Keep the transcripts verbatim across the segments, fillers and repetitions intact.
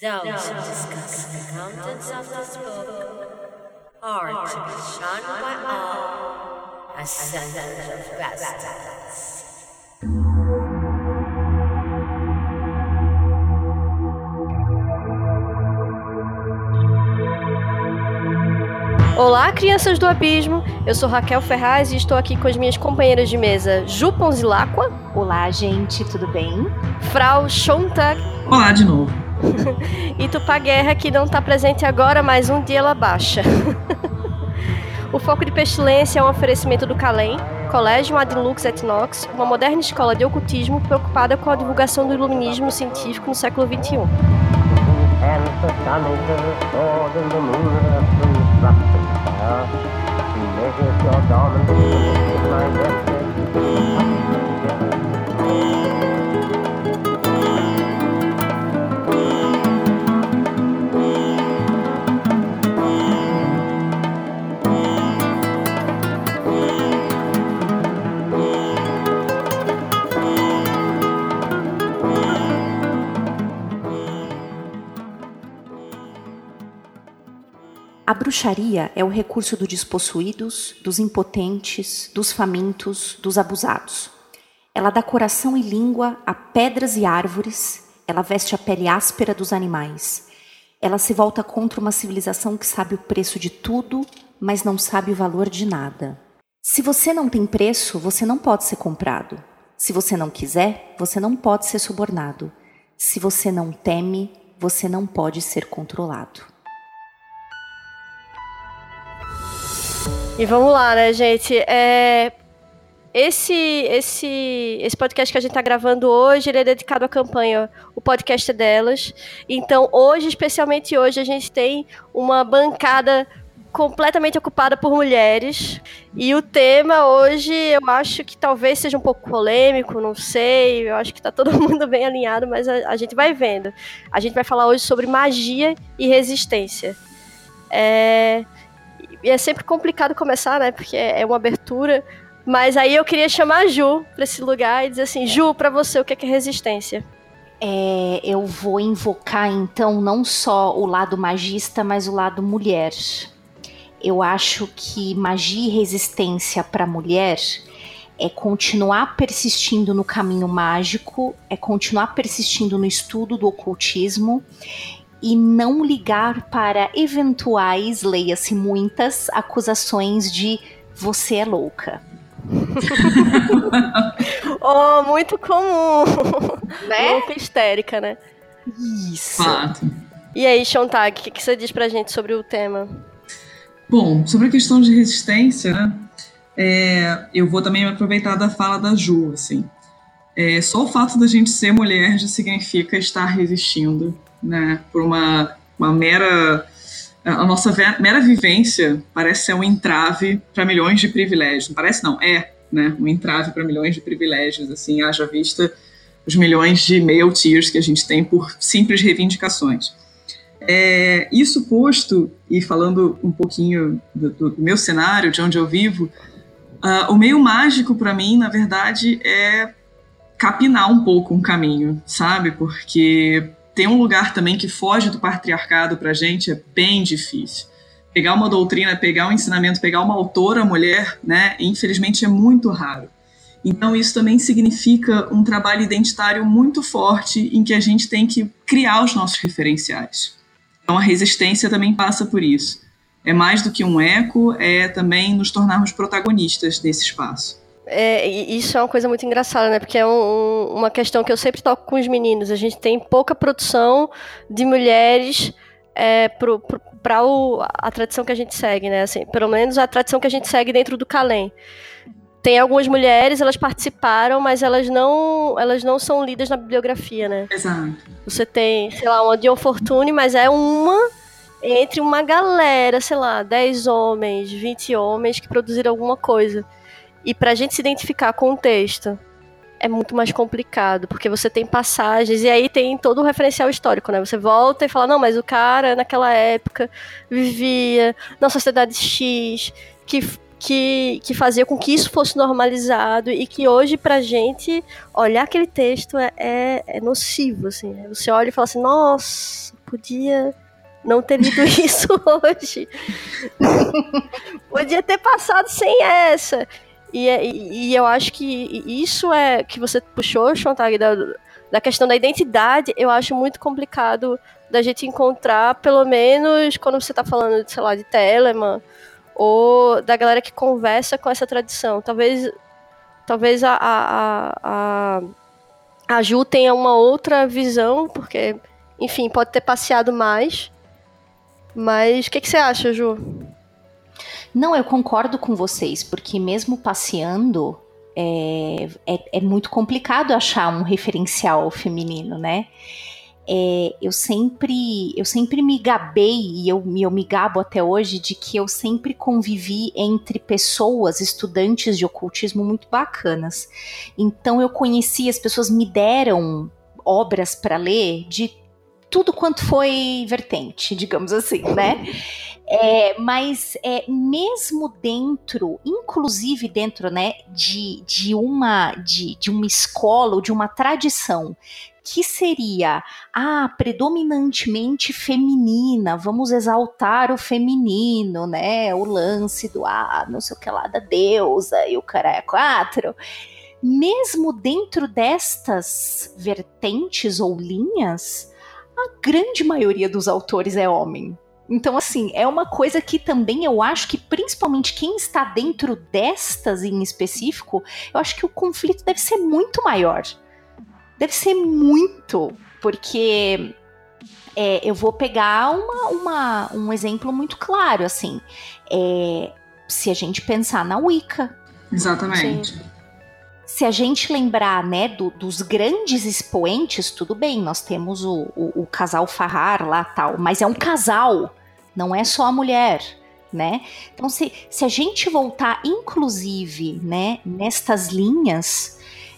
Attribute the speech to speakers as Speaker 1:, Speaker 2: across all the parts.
Speaker 1: Those who discuss the contents of this book are to be shunned by all as sons of bastards.
Speaker 2: Olá, crianças do abismo! Eu sou Raquel Ferraz e estou aqui com as minhas companheiras de mesa Ju Ponzilacqua.
Speaker 3: Olá, gente, tudo bem?
Speaker 2: Frau Sontag.
Speaker 4: Olá de novo.
Speaker 2: E Tupá Guerra, que não está presente agora, mas um dia ela baixa. O Foco de Pestilência é um oferecimento do Calem, Collegium Ad Lux et Nox, uma moderna escola de ocultismo preocupada com a divulgação do iluminismo científico no século vinte e um.
Speaker 3: A bruxaria é o recurso dos despossuídos, dos impotentes, dos famintos, dos abusados. Ela dá coração e língua a pedras e árvores, ela veste a pele áspera dos animais. Ela se volta contra uma civilização que sabe o preço de tudo, mas não sabe o valor de nada. Se você não tem preço, você não pode ser comprado. Se você não quiser, você não pode ser subornado. Se você não teme, você não pode ser controlado.
Speaker 2: E vamos lá, né, gente? É... Esse, esse, esse podcast que a gente está gravando hoje, ele é dedicado à campanha O Podcast é Delas. Então, hoje, especialmente hoje, a gente tem uma bancada completamente ocupada por mulheres. E o tema hoje, eu acho que talvez seja um pouco polêmico, não sei. Eu acho que está todo mundo bem alinhado, mas a, a gente vai vendo. A gente vai falar hoje sobre magia e resistência. É... E é sempre complicado começar, né? Porque é uma abertura. Mas aí eu queria chamar a Ju para esse lugar e dizer assim, Ju, para você, o que é resistência?
Speaker 3: É, eu vou invocar, então, não só o lado magista, mas o lado mulher. Eu acho que magia e resistência para a mulher é continuar persistindo no caminho mágico, é continuar persistindo no estudo do ocultismo e não ligar para eventuais, leia-se muitas, acusações de você é louca.
Speaker 2: Oh, muito comum. Né? Louca histérica, né?
Speaker 3: Isso.
Speaker 4: Fato.
Speaker 2: E aí, Sontag, o que, que você diz pra gente sobre o tema?
Speaker 4: Bom, sobre a questão de resistência, né, é, eu vou também me aproveitar da fala da Ju, assim. É, só o fato da gente ser mulher já significa estar resistindo, né, por uma, uma mera... A nossa mera vivência parece ser um entrave para milhões de privilégios. Não parece, não, é, né, um entrave para milhões de privilégios, assim, haja vista os milhões de male tears que a gente tem por simples reivindicações. É, isso posto, e falando um pouquinho do, do meu cenário, de onde eu vivo, uh, o meio mágico para mim, na verdade, é capinar um pouco um caminho, sabe? Porque tem um lugar também que foge do patriarcado pra gente, é bem difícil. Pegar uma doutrina, pegar um ensinamento, pegar uma autora mulher, né, infelizmente é muito raro. Então isso também significa um trabalho identitário muito forte em que a gente tem que criar os nossos referenciais. Então a resistência também passa por isso. É mais do que um eco, é também nos tornarmos protagonistas desse espaço.
Speaker 2: É, isso é uma coisa muito engraçada, né? Porque é um, uma questão que eu sempre toco com os meninos. A gente tem pouca produção de mulheres é, para a tradição que a gente segue, né? Assim, pelo menos a tradição que a gente segue dentro do Calem. Tem algumas mulheres, elas participaram, mas elas não, elas não são lidas na bibliografia, né?
Speaker 4: Exato.
Speaker 2: Você tem, sei lá, uma Dion Fortune, mas é uma entre uma galera, sei lá, dez homens, vinte homens que produziram alguma coisa. E pra gente se identificar com o texto é muito mais complicado, porque você tem passagens, e aí tem todo o referencial histórico, né? Você volta e fala, não, mas o cara naquela época vivia na sociedade X, que, que, que fazia com que isso fosse normalizado, e que hoje pra gente olhar aquele texto é, é, é nocivo, assim. Você olha e fala assim, nossa, podia não ter lido isso hoje. Podia ter passado sem essa. E, e, e eu acho que isso é que você puxou, Chontag, da, da questão da identidade, eu acho muito complicado da gente encontrar, pelo menos quando você está falando, sei lá, de Telemann, ou da galera que conversa com essa tradição. Talvez, talvez a, a, a, a Ju tenha uma outra visão, porque, enfim, pode ter passeado mais. Mas o que, que você acha, Ju?
Speaker 3: Não, eu concordo com vocês, porque mesmo passeando, é, é, é muito complicado achar um referencial feminino, né? É, eu sempre eu sempre me gabei, e eu, eu me gabo até hoje, de que eu sempre convivi entre pessoas, estudantes de ocultismo muito bacanas. Então eu conheci, as pessoas me deram obras para ler de tudo quanto foi vertente, digamos assim, né? É, mas é, mesmo dentro, inclusive dentro, né, de, de, uma, de, de uma escola ou de uma tradição que seria ah, predominantemente feminina, vamos exaltar o feminino, né? O lance do ah, não sei o que lá da deusa e o caralho é quatro. Mesmo dentro destas vertentes ou linhas, a grande maioria dos autores é homem. Então, assim, é uma coisa que também eu acho que, principalmente quem está dentro destas em específico, eu acho que o conflito deve ser muito maior. Deve ser muito, porque é, eu vou pegar uma, uma, um exemplo muito claro, assim, é, se a gente pensar na Wicca.
Speaker 4: Exatamente.
Speaker 3: Sim. Se a gente lembrar, né, do, dos grandes expoentes, tudo bem, nós temos o, o, o casal Farrar lá, tal, mas é um casal, não é só a mulher, né? Então, se, se a gente voltar, inclusive, né, nestas linhas,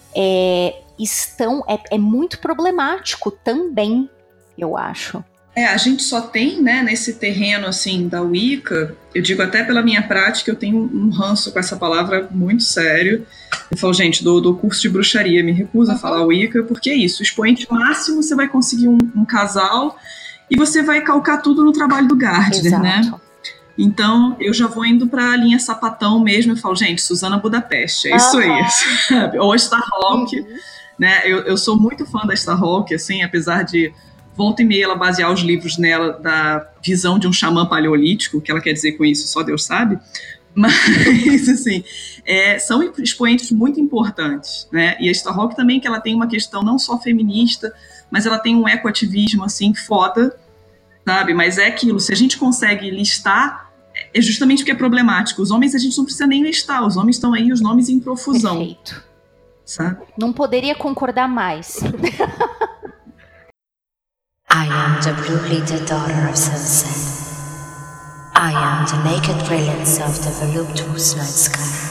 Speaker 3: é, estão, é, é muito problemático também, eu acho.
Speaker 4: É, a gente só tem, né, nesse terreno, assim, da Wicca, eu digo até pela minha prática, eu tenho um ranço com essa palavra muito sério. Eu falo, gente, do, do curso de bruxaria, me recuso a falar Wicca, porque é isso, o expoente máximo, você vai conseguir um, um casal e você vai calcar tudo no trabalho do Gardner,
Speaker 3: Exato.
Speaker 4: Né? Então, eu já vou indo pra linha sapatão mesmo, eu falo, gente, Susana Budapeste, é isso aí, sabe? Ou Starhawk, uhum. Né? Eu, eu sou muito fã da Starhawk, assim, apesar de volta e meia ela basear os livros nela da visão de um xamã paleolítico, o que ela quer dizer com isso, só Deus sabe. Mas, assim, é, são expoentes muito importantes, né? E a Starhawk também, que ela tem uma questão não só feminista, mas ela tem um ecoativismo, assim, foda, sabe? Mas é aquilo, se a gente consegue listar, é justamente porque é problemático. Os homens a gente não precisa nem listar, os homens estão aí, os nomes em profusão.
Speaker 3: Perfeito.
Speaker 4: Sabe?
Speaker 3: Não poderia concordar mais.
Speaker 1: I am the blue-lidded daughter of sunset. I am the naked brilliance of the voluptuous night sky.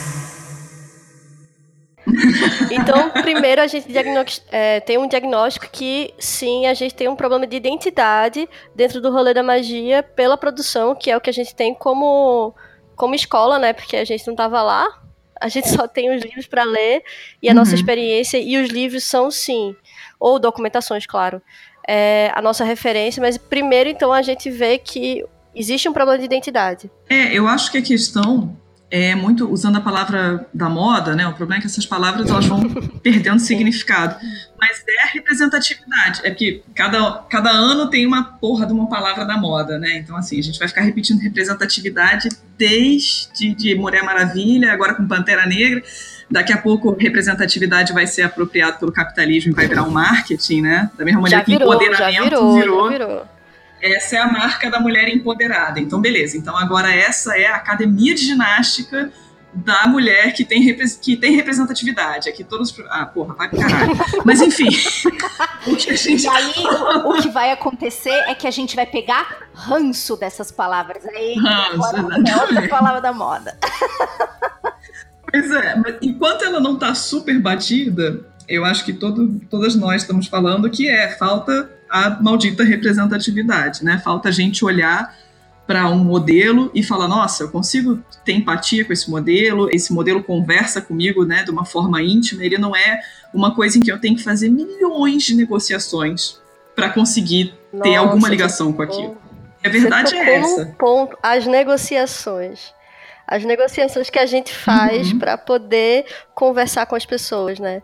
Speaker 2: Então, primeiro a gente é, tem um diagnóstico que, sim, a gente tem um problema de identidade dentro do rolê da magia pela produção, que é o que a gente tem como, como escola, né? Porque a gente não estava lá, a gente só tem os livros para ler e a uhum. nossa experiência, e os livros são, sim, ou documentações, claro, é a nossa referência, mas primeiro, então, a gente vê que existe um problema de identidade.
Speaker 4: É, eu acho que a questão é muito, usando a palavra da moda, né? O problema é que essas palavras elas vão perdendo significado. Mas é a representatividade. É que cada, cada ano tem uma porra de uma palavra da moda, né? Então, assim, a gente vai ficar repetindo representatividade desde de Mulher Maravilha, agora com Pantera Negra. Daqui a pouco, representatividade vai ser apropriado pelo capitalismo e vai virar um marketing, né? Da mesma maneira que empoderamento
Speaker 2: já virou,
Speaker 4: virou.
Speaker 2: Já virou.
Speaker 4: Essa é a marca da mulher empoderada. Então, beleza. Então, agora essa é a academia de ginástica da mulher que tem, que tem representatividade. Aqui todos... Ah, porra, vai pro caralho. Mas, enfim.
Speaker 3: o que a gente e aí, o, o que vai acontecer é que a gente vai pegar ranço dessas palavras. Aí,
Speaker 4: ranço,
Speaker 3: agora é outra palavra da moda.
Speaker 4: Pois é. Mas enquanto ela não tá super batida, eu acho que todo, todas nós estamos falando que é falta... a maldita representatividade, né? Falta a gente olhar para um modelo e falar, nossa, eu consigo ter empatia com esse modelo, esse modelo conversa comigo, né, de uma forma íntima, ele não é uma coisa em que eu tenho que fazer milhões de negociações para conseguir ter
Speaker 2: Nossa,
Speaker 4: alguma ligação com aquilo. A verdade é essa.
Speaker 2: Ponto, as negociações. As negociações que a gente faz uhum. para poder conversar com as pessoas, né?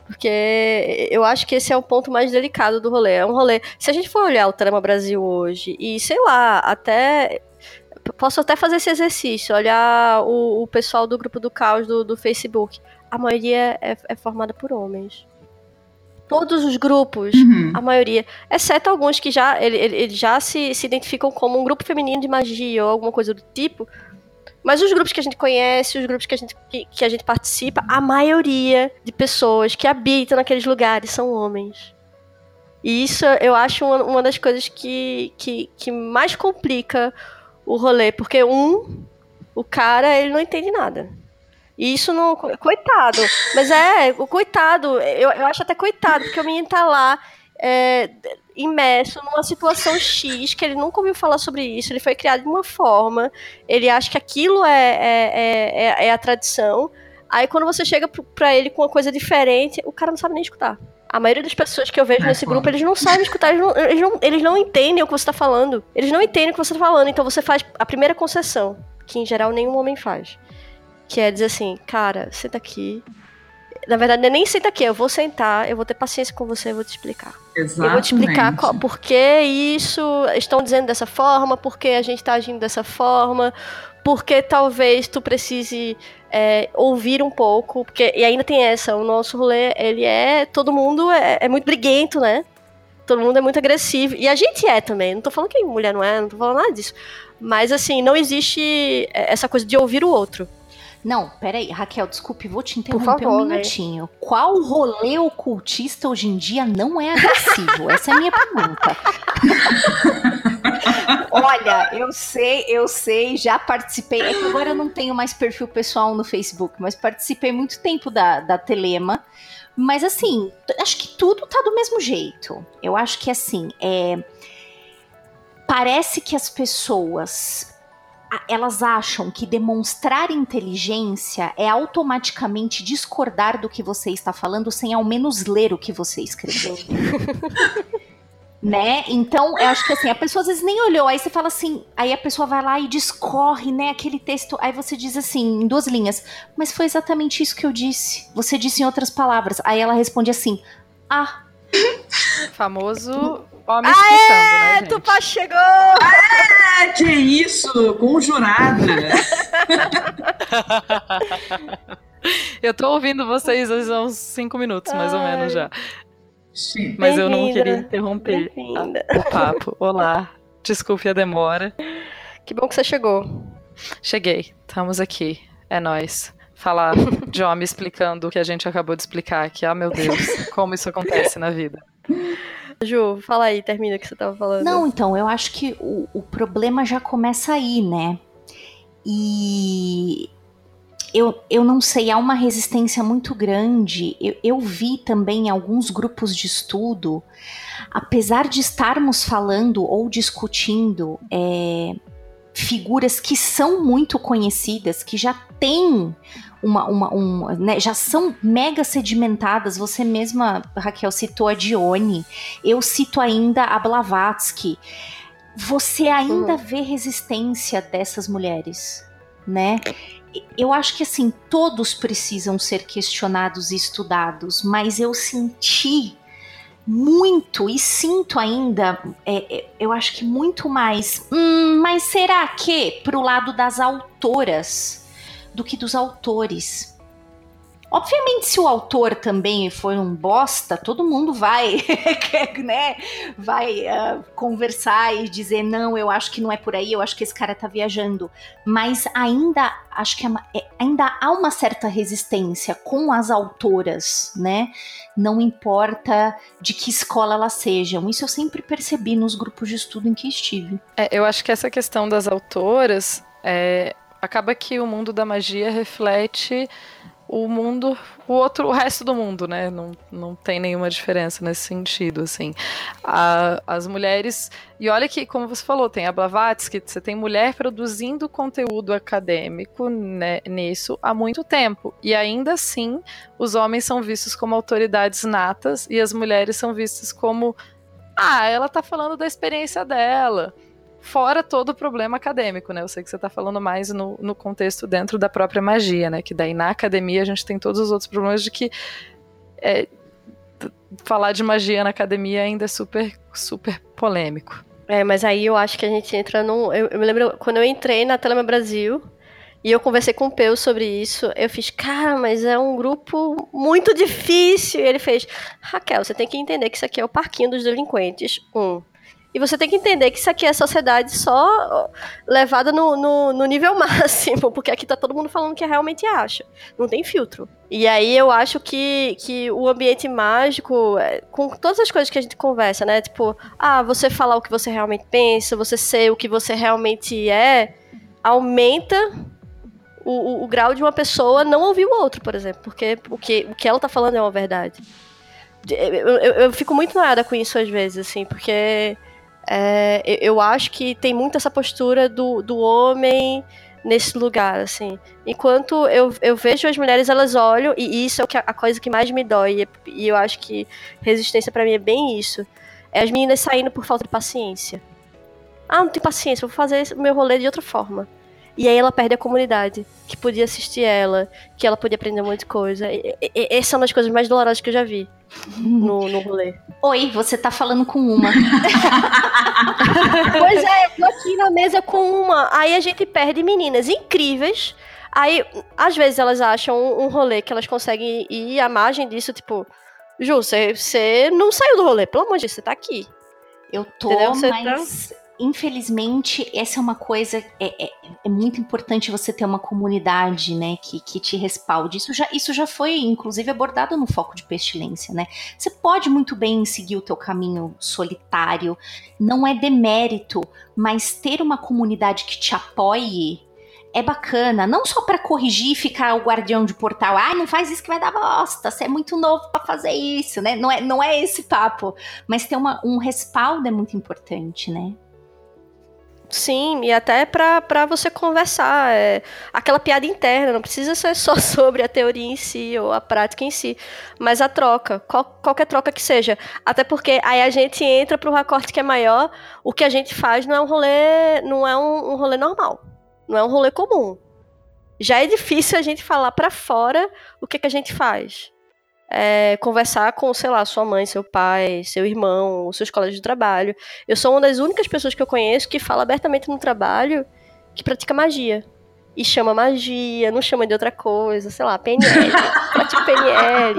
Speaker 2: Porque eu acho que esse é o ponto mais delicado do rolê. É um rolê... Se a gente for olhar o Trama Brasil hoje, e sei lá, até... Posso até fazer esse exercício, olhar o, o pessoal do grupo do caos do, do Facebook. A maioria é, é formada por homens. Todos os grupos, uhum. a maioria, exceto alguns que já, ele, ele, ele já se, se identificam como um grupo feminino de magia ou alguma coisa do tipo, mas os grupos que a gente conhece, os grupos que a gente, que, que a gente participa, a maioria de pessoas que habitam naqueles lugares são homens. E isso eu acho uma, uma das coisas que, que, que mais complica o rolê, porque um, o cara, ele não entende nada. E isso não... Coitado. Mas é, o coitado, eu, eu acho até coitado, porque o menino tá lá é, imerso numa situação X, que ele nunca ouviu falar sobre isso, ele foi criado de uma forma, ele acha que aquilo é, é, é, é a tradição, aí quando você chega pra ele com uma coisa diferente, o cara não sabe nem escutar. A maioria das pessoas que eu vejo é, nesse claro. grupo, eles não sabem escutar, eles não, eles, não, eles não entendem o que você tá falando. Eles não entendem o que você tá falando, então você faz a primeira concessão, que em geral nenhum homem faz. Que é dizer assim, cara, senta aqui. Na verdade, nem senta aqui, eu vou sentar, eu vou ter paciência com você, eu vou te explicar.
Speaker 4: Exatamente.
Speaker 2: Eu vou te explicar qual, por que isso, estão dizendo dessa forma, por que a gente tá agindo dessa forma, porque talvez tu precise é, ouvir um pouco, porque, e ainda tem essa, o nosso rolê, ele é, todo mundo é, é muito briguento, né? Todo mundo é muito agressivo, e a gente é também, não tô falando que mulher não é, não tô falando nada disso, mas assim, não existe essa coisa de ouvir o outro.
Speaker 3: Não, peraí, Raquel, desculpe, vou te interromper
Speaker 2: favor,
Speaker 3: um minutinho. Né? Qual rolê ocultista hoje em dia não é agressivo? Essa é a minha pergunta. Olha, eu sei, eu sei, já participei, é que agora eu não tenho mais perfil pessoal no Facebook, mas participei muito tempo da, da Telema, mas assim, acho que tudo tá do mesmo jeito. Eu acho que assim, é, parece que as pessoas... elas acham que demonstrar inteligência é automaticamente discordar do que você está falando sem ao menos ler o que você escreveu. Né? Então, eu acho que assim, a pessoa às vezes nem olhou, aí você fala assim, aí a pessoa vai lá e discorre, né, aquele texto, aí você diz assim, em duas linhas, mas foi exatamente isso que eu disse, você disse em outras palavras, aí ela responde assim, ah.
Speaker 5: Famoso homem explicando, né, gente?
Speaker 2: Tupá chegou!
Speaker 4: Ah, que isso, conjurada!
Speaker 5: Eu tô ouvindo vocês há uns cinco minutos, mais Ai. ou menos, já.
Speaker 4: Sim.
Speaker 5: Mas eu não queria interromper a, o papo. Olá, desculpe a demora.
Speaker 2: Que bom que você chegou.
Speaker 5: Cheguei, estamos aqui, é nóis. Falar de homem explicando o que a gente acabou de explicar aqui. Ah, meu Deus, como isso acontece na vida.
Speaker 2: Ju, fala aí, termina o que você tava falando.
Speaker 3: Não, então, eu acho que o, o problema já começa aí, né? E... Eu, eu não sei, há uma resistência muito grande. Eu, eu vi também em alguns grupos de estudo, apesar de estarmos falando ou discutindo é, figuras que são muito conhecidas, que já têm uma, uma, um, né, já são mega sedimentadas. Você mesma, Raquel, citou a Dione, eu cito ainda a Blavatsky. Você ainda uhum. vê resistência dessas mulheres, né? Eu acho que assim, todos precisam ser questionados e estudados, mas eu senti muito e sinto ainda, é, é, eu acho que muito mais, hum, mas será que pro lado das autoras do que dos autores? Obviamente, se o autor também for um bosta, todo mundo vai, né, vai uh, conversar e dizer, não, eu acho que não é por aí, eu acho que esse cara tá viajando. Mas ainda, acho que é, ainda há uma certa resistência com as autoras, né? Não importa de que escola elas sejam. Isso eu sempre percebi nos grupos de estudo em que estive.
Speaker 5: É, eu acho que essa questão das autoras, é, acaba que o mundo da magia reflete... o mundo, o outro, o resto do mundo, né? Não, não tem nenhuma diferença nesse sentido, assim. A, as mulheres... E olha que, como você falou, tem a Blavatsky, você tem mulher produzindo conteúdo acadêmico, né, nisso há muito tempo. E ainda assim, os homens são vistos como autoridades natas e as mulheres são vistas como... Ah, ela tá falando da experiência dela. Fora todo o problema acadêmico, né? Eu sei que você tá falando mais no, no contexto dentro da própria magia, né? Que daí na academia a gente tem todos os outros problemas de que é, falar de magia na academia ainda é super, super polêmico.
Speaker 2: É, mas aí eu acho que a gente entra num... Eu, eu me lembro, quando eu entrei na Telema Brasil, e eu conversei com o Peu sobre isso, eu fiz, cara, mas é um grupo muito difícil. E ele fez, Raquel, você tem que entender que isso aqui é o parquinho dos delinquentes, um. E você tem que entender que isso aqui é sociedade só levada no, no, no nível máximo, porque aqui tá todo mundo falando o que realmente acha. Não tem filtro. E aí eu acho que, que o ambiente mágico, com todas as coisas que a gente conversa, né? Tipo, ah, você falar o que você realmente pensa, você ser o que você realmente é, aumenta o, o, o grau de uma pessoa não ouvir o outro, por exemplo. Porque o que, o que ela tá falando é uma verdade. Eu, eu, eu fico muito noiada com isso às vezes, assim, porque... É, eu acho que tem muito essa postura do, do homem nesse lugar, assim. Enquanto eu, eu vejo as mulheres, elas olham, e isso é o que, a coisa que mais me dói, e eu acho que resistência pra mim é bem isso. É as meninas saindo por falta de paciência. Ah, não tenho paciência, vou fazer o meu rolê de outra forma. E aí ela perde a comunidade, que podia assistir ela, que ela podia aprender muita coisa. E, e, e, essa é uma das coisas mais dolorosas que eu já vi no, no rolê.
Speaker 3: Oi, você tá falando com uma.
Speaker 2: Pois é, eu tô aqui na mesa com uma. Aí a gente perde meninas incríveis. Aí, às vezes, elas acham um, um rolê que elas conseguem ir à margem disso, tipo... Ju, você não saiu do rolê, pelo amor de Deus, você tá aqui.
Speaker 3: Eu tô, mas... Tá... Infelizmente, essa é uma coisa, é, é, é muito importante você ter uma comunidade, né, que, que te respalde. Isso já, isso já foi, inclusive, abordado no Foco de Pestilência, né? Você pode muito bem seguir o teu caminho solitário, não é demérito, mas ter uma comunidade que te apoie é bacana, não só para corrigir e ficar o guardião de portal, ah, não faz isso que vai dar bosta, você é muito novo para fazer isso, né? Não é, não é esse papo, mas ter uma, um respaldo é muito importante, né?
Speaker 2: Sim, e até pra, pra você conversar, é, aquela piada interna, não precisa ser só sobre a teoria em si, ou a prática em si, mas a troca, qual, qualquer troca que seja, até porque aí a gente entra pro recorte que é maior, o que a gente faz não é um rolê, não é um, um rolê normal, não é um rolê comum, já é difícil a gente falar pra fora o que, que a gente faz. É, conversar com, sei lá, sua mãe, seu pai, seu irmão, seus colegas de trabalho. Eu sou uma das únicas pessoas que eu conheço que fala abertamente no trabalho que pratica magia. E chama magia, não chama de outra coisa, sei lá, P N L. Pratica P N L.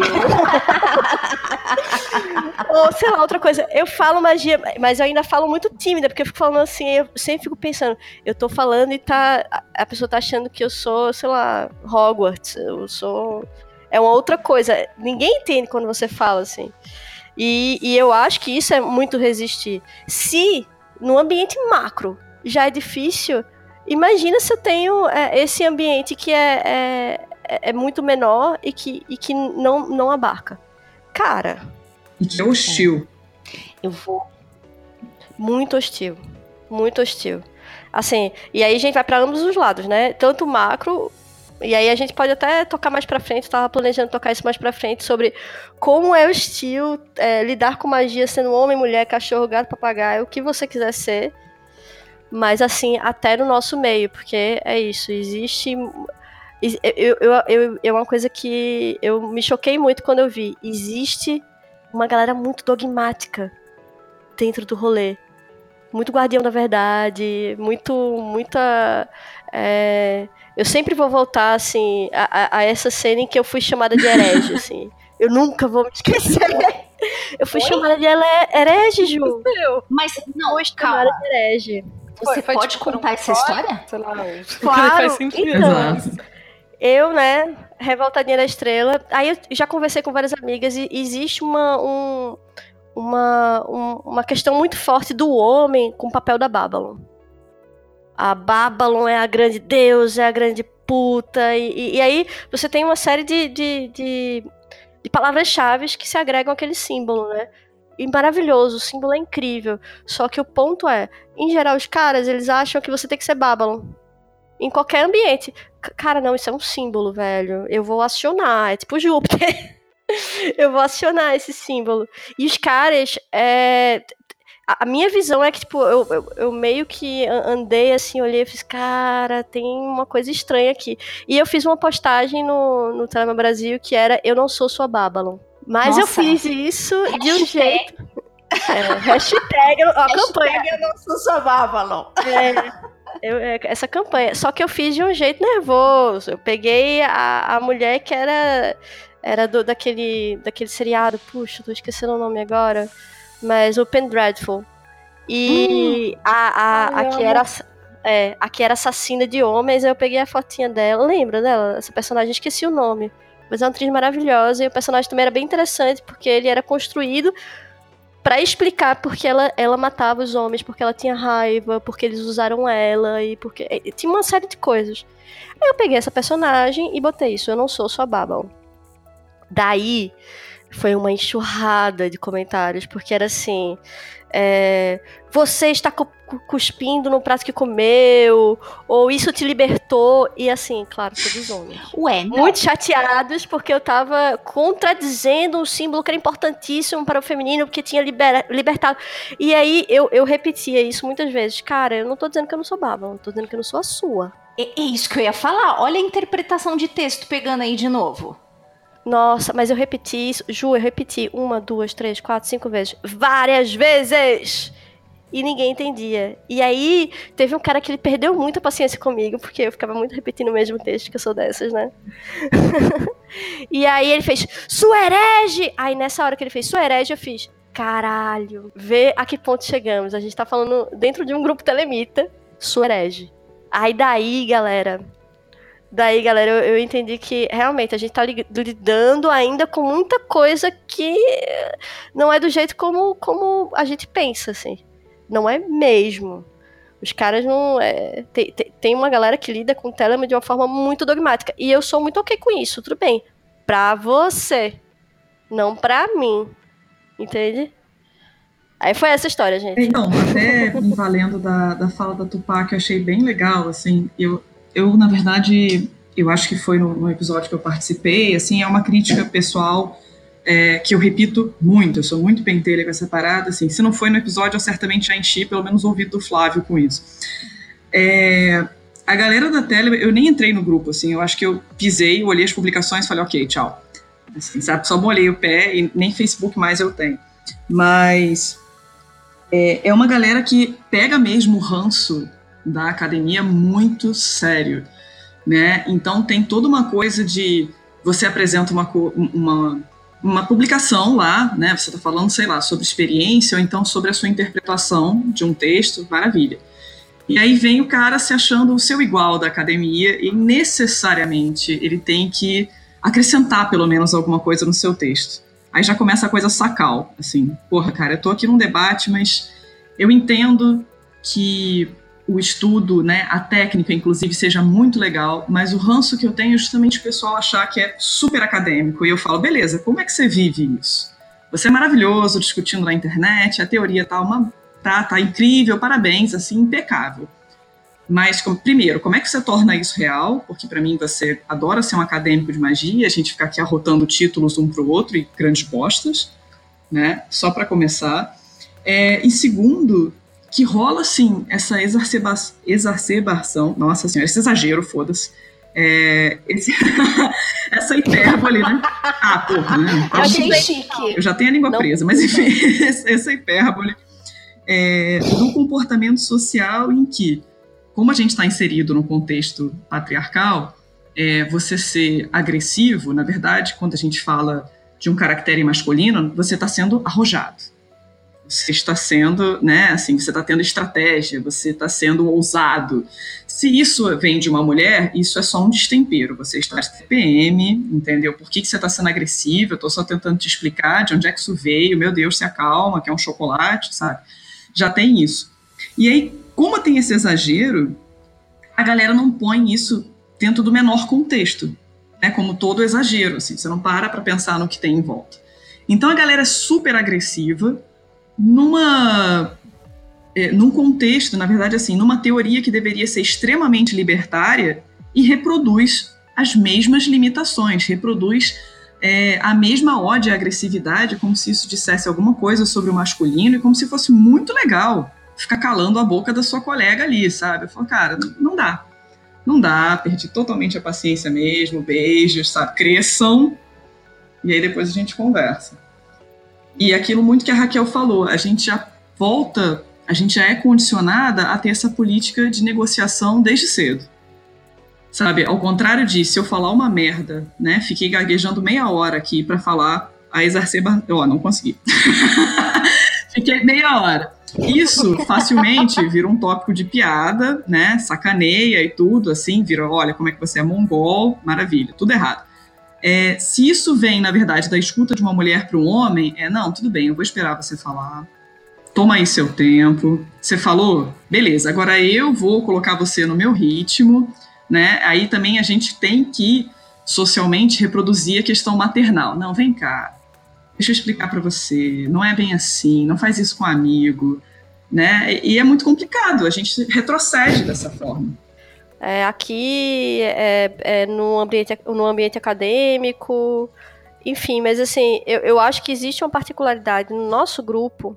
Speaker 2: Ou, sei lá, outra coisa. Eu falo magia, mas eu ainda falo muito tímida, porque eu fico falando assim, eu sempre fico pensando, eu tô falando e tá, a pessoa tá achando que eu sou, sei lá, Hogwarts, eu sou... É uma outra coisa. Ninguém entende quando você fala assim. E, e eu acho que isso é muito resistir. Se no ambiente macro já é difícil, imagina se eu tenho é, esse ambiente que é, é, é muito menor e que, e que não, não abarca. Cara...
Speaker 4: E que é hostil.
Speaker 3: Eu vou...
Speaker 2: Muito hostil. Muito hostil. Assim, e aí a gente vai para ambos os lados, né? Tanto macro... E aí a gente pode até tocar mais pra frente, eu tava planejando tocar isso mais pra frente, sobre como é hostil é, lidar com magia sendo homem, mulher, cachorro, gato, papagaio, o que você quiser ser. Mas assim, até no nosso meio, porque é isso, existe... Eu, eu, eu, é uma coisa que eu me choquei muito quando eu vi. Existe uma galera muito dogmática dentro do rolê. Muito guardião da verdade, muito, muita... É... Eu sempre vou voltar, assim, a, a essa cena em que eu fui chamada de herege, assim. Eu nunca vou me esquecer. Eu fui Oi? chamada de herege, Ju.
Speaker 3: Mas, não,
Speaker 2: fui chamada de herege.
Speaker 3: Você foi, pode tipo, contar um essa fora? História?
Speaker 5: Sei lá,
Speaker 2: claro,
Speaker 5: faz sentido.
Speaker 2: Então, eu, né, revoltadinha da estrela, aí eu já conversei com várias amigas e existe uma, um, uma, um, uma questão muito forte do homem com o papel da Babylon. A Babylon é a grande deusa, é a grande puta, e, e, e aí você tem uma série de, de, de, de palavras-chave que se agregam àquele símbolo, né? E maravilhoso, o símbolo é incrível. Só que o ponto é, em geral, os caras, eles acham que você tem que ser Babylon. Em qualquer ambiente. Cara, não, isso é um símbolo, velho. Eu vou acionar, é tipo Júpiter. Eu vou acionar esse símbolo. E os caras, é... A, a minha visão é que, tipo, eu, eu, eu meio que andei assim, olhei e fiz, cara, tem uma coisa estranha aqui. E eu fiz uma postagem no, no Telema Brasil que era Eu Não Sou Sua Babylon. Mas Nossa. eu fiz isso hashtag. de um jeito... É, hashtag, a hashtag campanha Eu Não Sou Sua Babylon. É... Eu, essa campanha, só que eu fiz de um jeito nervoso. Eu peguei a, a mulher que era era do, daquele, daquele seriado, puxa, tô esquecendo o nome agora, mas o Penn Dreadful. E hum, a, a, a, que era, é, a que era assassina de homens, eu peguei a fotinha dela, lembra dela? Essa personagem, esqueci o nome, mas é uma atriz maravilhosa, e o personagem também era bem interessante, porque ele era construído pra explicar porque ela, ela matava os homens, porque ela tinha raiva, porque eles usaram ela, e porque... E tinha uma série de coisas. Aí eu peguei essa personagem e botei isso, Eu Não Sou Sua Babylon. Daí, foi uma enxurrada de comentários, porque era assim... É, você está cu- cuspindo no prato que comeu, ou isso te libertou, e assim, claro, todos homens.
Speaker 3: Ué, não.
Speaker 2: Muito chateados, porque eu tava contradizendo um símbolo que era importantíssimo para o feminino, porque tinha liber- libertado. E aí, eu, eu repetia isso muitas vezes. Cara, eu não tô dizendo que eu não sou Babylon, eu tô dizendo que eu não sou a sua.
Speaker 3: É, é isso que eu ia falar. Olha a interpretação de texto pegando aí de novo.
Speaker 2: Nossa, mas eu repeti isso, Ju, eu repeti uma, duas, três, quatro, cinco vezes. Várias vezes! E ninguém entendia. E aí, teve um cara que ele perdeu muita paciência comigo, porque eu ficava muito repetindo o mesmo texto, que eu sou dessas, né? E aí ele fez, sua herege! Aí nessa hora que ele fez, sua herege, eu fiz, caralho, vê a que ponto chegamos. A gente tá falando dentro de um grupo telemita, sua herege. Aí daí, galera... Daí, galera, eu, eu entendi que realmente a gente tá lidando ainda com muita coisa que não é do jeito como, como a gente pensa, assim. Não é mesmo. Os caras não... É, tem, tem, tem uma galera que lida com o Telegram de uma forma muito dogmática. E eu sou muito ok com isso, tudo bem. Pra você. Não pra mim. Entende? Aí foi essa história, gente.
Speaker 4: Então, até me valendo da, da fala da Tupá, que eu achei bem legal, assim, eu... Eu, na verdade, eu acho que foi no, no episódio que eu participei, assim, é uma crítica pessoal é, que eu repito muito, eu sou muito pentelha com essa parada, assim, se não foi no episódio, eu certamente já enchi pelo menos o ouvido do Flávio com isso. É, a galera da Telegram, eu nem entrei no grupo, assim, eu acho que eu pisei, olhei as publicações e falei, ok, tchau. Assim, sabe, só molhei o pé e nem Facebook mais eu tenho. Mas é, é uma galera que pega mesmo o ranço da academia muito sério, né? Então tem toda uma coisa de você apresenta uma, uma, uma publicação lá, né? Você está falando, sei lá, sobre experiência ou então sobre a sua interpretação de um texto, maravilha. E aí vem o cara se achando o seu igual da academia e necessariamente ele tem que acrescentar pelo menos alguma coisa no seu texto. Aí já começa a coisa sacal, assim, porra, cara, eu tô aqui num debate, mas eu entendo que o estudo, né, a técnica, inclusive, seja muito legal, mas o ranço que eu tenho é justamente o pessoal achar que é super acadêmico. E eu falo, beleza, como é que você vive isso? Você é maravilhoso discutindo na internet, a teoria tá, uma, tá, tá incrível, parabéns, assim, impecável. Mas, como, primeiro, como é que você torna isso real? Porque, para mim, você adora ser um acadêmico de magia, a gente fica aqui arrotando títulos um pro outro e grandes bostas, né, só para começar. É, e segundo... que rola, assim, essa exacerba- exacerbação, nossa senhora, esse exagero, foda-se, é, esse, essa hipérbole, né? Ah, porra, né?
Speaker 2: Eu achei chique.
Speaker 4: Eu já tenho a língua não, presa, mas enfim, essa hipérbole é, do comportamento social em que, como a gente está inserido no contexto patriarcal, é, você ser agressivo, na verdade, quando a gente fala de um caractere masculino, você está sendo arrojado. Você está sendo, né, assim, você está tendo estratégia, você está sendo ousado. Se isso vem de uma mulher, isso é só um destempero. Você está de T P M, entendeu? Por que, que você está sendo agressiva? Eu estou só tentando te explicar de onde é que isso veio. Meu Deus, se acalma, que é um chocolate, sabe? Já tem isso. E aí, como tem esse exagero, a galera não põe isso dentro do menor contexto, né? Como todo exagero, assim, você não para para pensar no que tem em volta. Então a galera é super agressiva, numa, é, num contexto, na verdade, assim, numa teoria que deveria ser extremamente libertária e reproduz as mesmas limitações, reproduz é, a mesma ódio e agressividade, como se isso dissesse alguma coisa sobre o masculino e como se fosse muito legal ficar calando a boca da sua colega ali, sabe? Eu falo, cara, não dá. Não dá, perdi totalmente a paciência mesmo, beijos, sabe? Cresçam, e aí depois a gente conversa. E aquilo muito que a Raquel falou, a gente já volta, a gente já é condicionada a ter essa política de negociação desde cedo. Sabe, ao contrário disso, se eu falar uma merda, né, fiquei gaguejando meia hora aqui pra falar a exacerba... Ó, oh, não consegui. Fiquei meia hora. Isso facilmente vira um tópico de piada, né, sacaneia e tudo, assim, vira, olha, como é que você é mongol, maravilha, tudo errado. É, se isso vem, na verdade, da escuta de uma mulher para um homem, é, não, tudo bem, eu vou esperar você falar, toma aí seu tempo, você falou? Beleza, agora eu vou colocar você no meu ritmo, né? Aí também a gente tem que, socialmente, reproduzir a questão maternal. Não, vem cá, deixa eu explicar para você, não é bem assim, não faz isso com um amigo, né? E é muito complicado, a gente retrocede dessa forma.
Speaker 2: É, aqui, é, é no, ambiente, no ambiente acadêmico, enfim, mas assim, eu, eu acho que existe uma particularidade no nosso grupo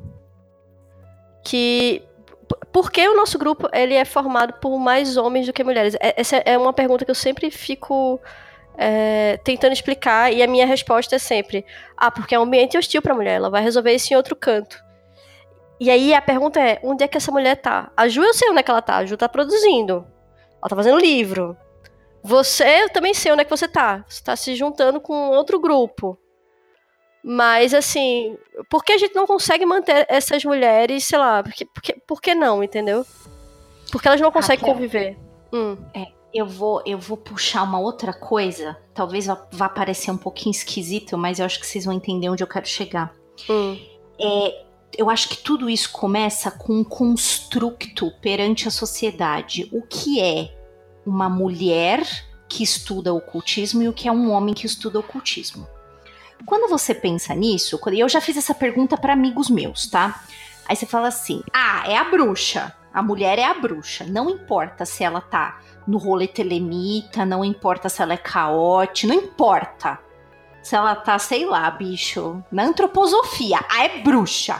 Speaker 2: que... Porque o nosso grupo ele é formado por mais homens do que mulheres? Essa é uma pergunta que eu sempre fico é, tentando explicar, e a minha resposta é sempre, ah, porque é um ambiente hostil pra mulher, ela vai resolver isso em outro canto. E aí a pergunta é, onde é que essa mulher tá? A Ju, eu sei onde é que ela tá, a Ju tá produzindo. Ela tá fazendo livro. Você, eu também sei onde é que você tá. Você tá se juntando com outro grupo. Mas, assim, por que a gente não consegue manter essas mulheres, sei lá, por que, por que, por que não, entendeu? Porque elas não conseguem Raquel, conviver. Hum.
Speaker 3: É, eu vou, eu vou puxar uma outra coisa, talvez vá, vá parecer um pouquinho esquisito, mas eu acho que vocês vão entender onde eu quero chegar.
Speaker 2: Hum.
Speaker 3: É, eu acho que tudo isso começa com um construto perante a sociedade. O que é uma mulher que estuda ocultismo e o que é um homem que estuda ocultismo? Quando você pensa nisso, e eu já fiz essa pergunta para amigos meus, tá? Aí você fala assim, ah, é a bruxa, a mulher é a bruxa, não importa se ela tá no rolê telemita, não importa se ela é caótica, não importa se ela tá, sei lá, bicho, na antroposofia, ah, é bruxa.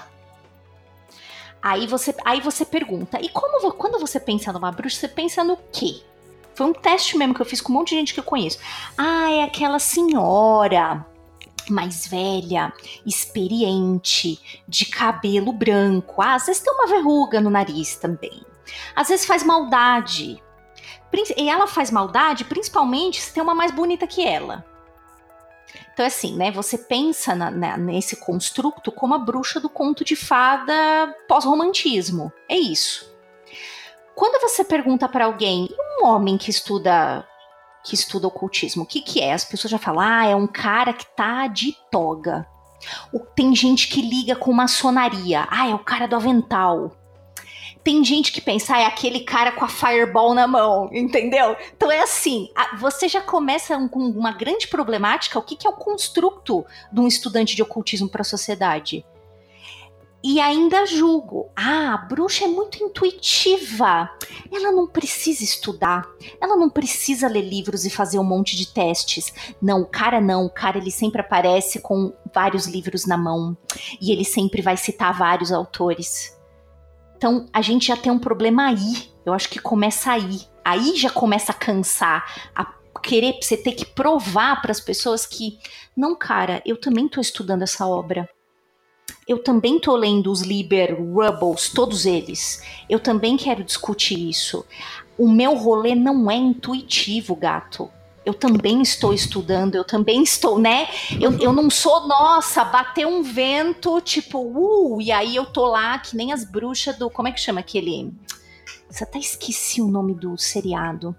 Speaker 3: Aí você, aí você pergunta, e como, quando você pensa numa bruxa, você pensa no quê? Foi um teste mesmo que eu fiz com um monte de gente que eu conheço. Ah, é aquela senhora mais velha, experiente, de cabelo branco. Ah, às vezes tem uma verruga no nariz também. Às vezes faz maldade. E ela faz maldade principalmente se tem uma mais bonita que ela. Então, assim, né, você pensa na, na, nesse construto como a bruxa do conto de fada pós-romantismo. É isso. Quando você pergunta para alguém, um homem que estuda, que estuda ocultismo, o que que é? As pessoas já falam, ah, é um cara que tá de toga. Tem gente que liga com maçonaria, ah, é o cara do avental. Tem gente que pensa, ah, é aquele cara com a fireball na mão, entendeu? Então é assim, você já começa com uma grande problemática, o que que é o construto de um estudante de ocultismo para a sociedade? E ainda julgo, ah, a bruxa é muito intuitiva, ela não precisa estudar, ela não precisa ler livros e fazer um monte de testes. Não, o cara não, o cara ele sempre aparece com vários livros na mão e ele sempre vai citar vários autores. Então, a gente já tem um problema aí, eu acho que começa aí, aí já começa a cansar, a querer, você ter que provar para as pessoas que, não, cara, eu também estou estudando essa obra. Eu também tô lendo os Liber Rebels, todos eles. Eu também quero discutir isso. O meu rolê não é intuitivo, gato. Eu também estou estudando, eu também estou, né? Eu, eu não sou, nossa, bateu um vento, tipo, uh, e aí eu tô lá que nem as bruxas do... Como é que chama aquele... Você até esqueci o nome do seriado.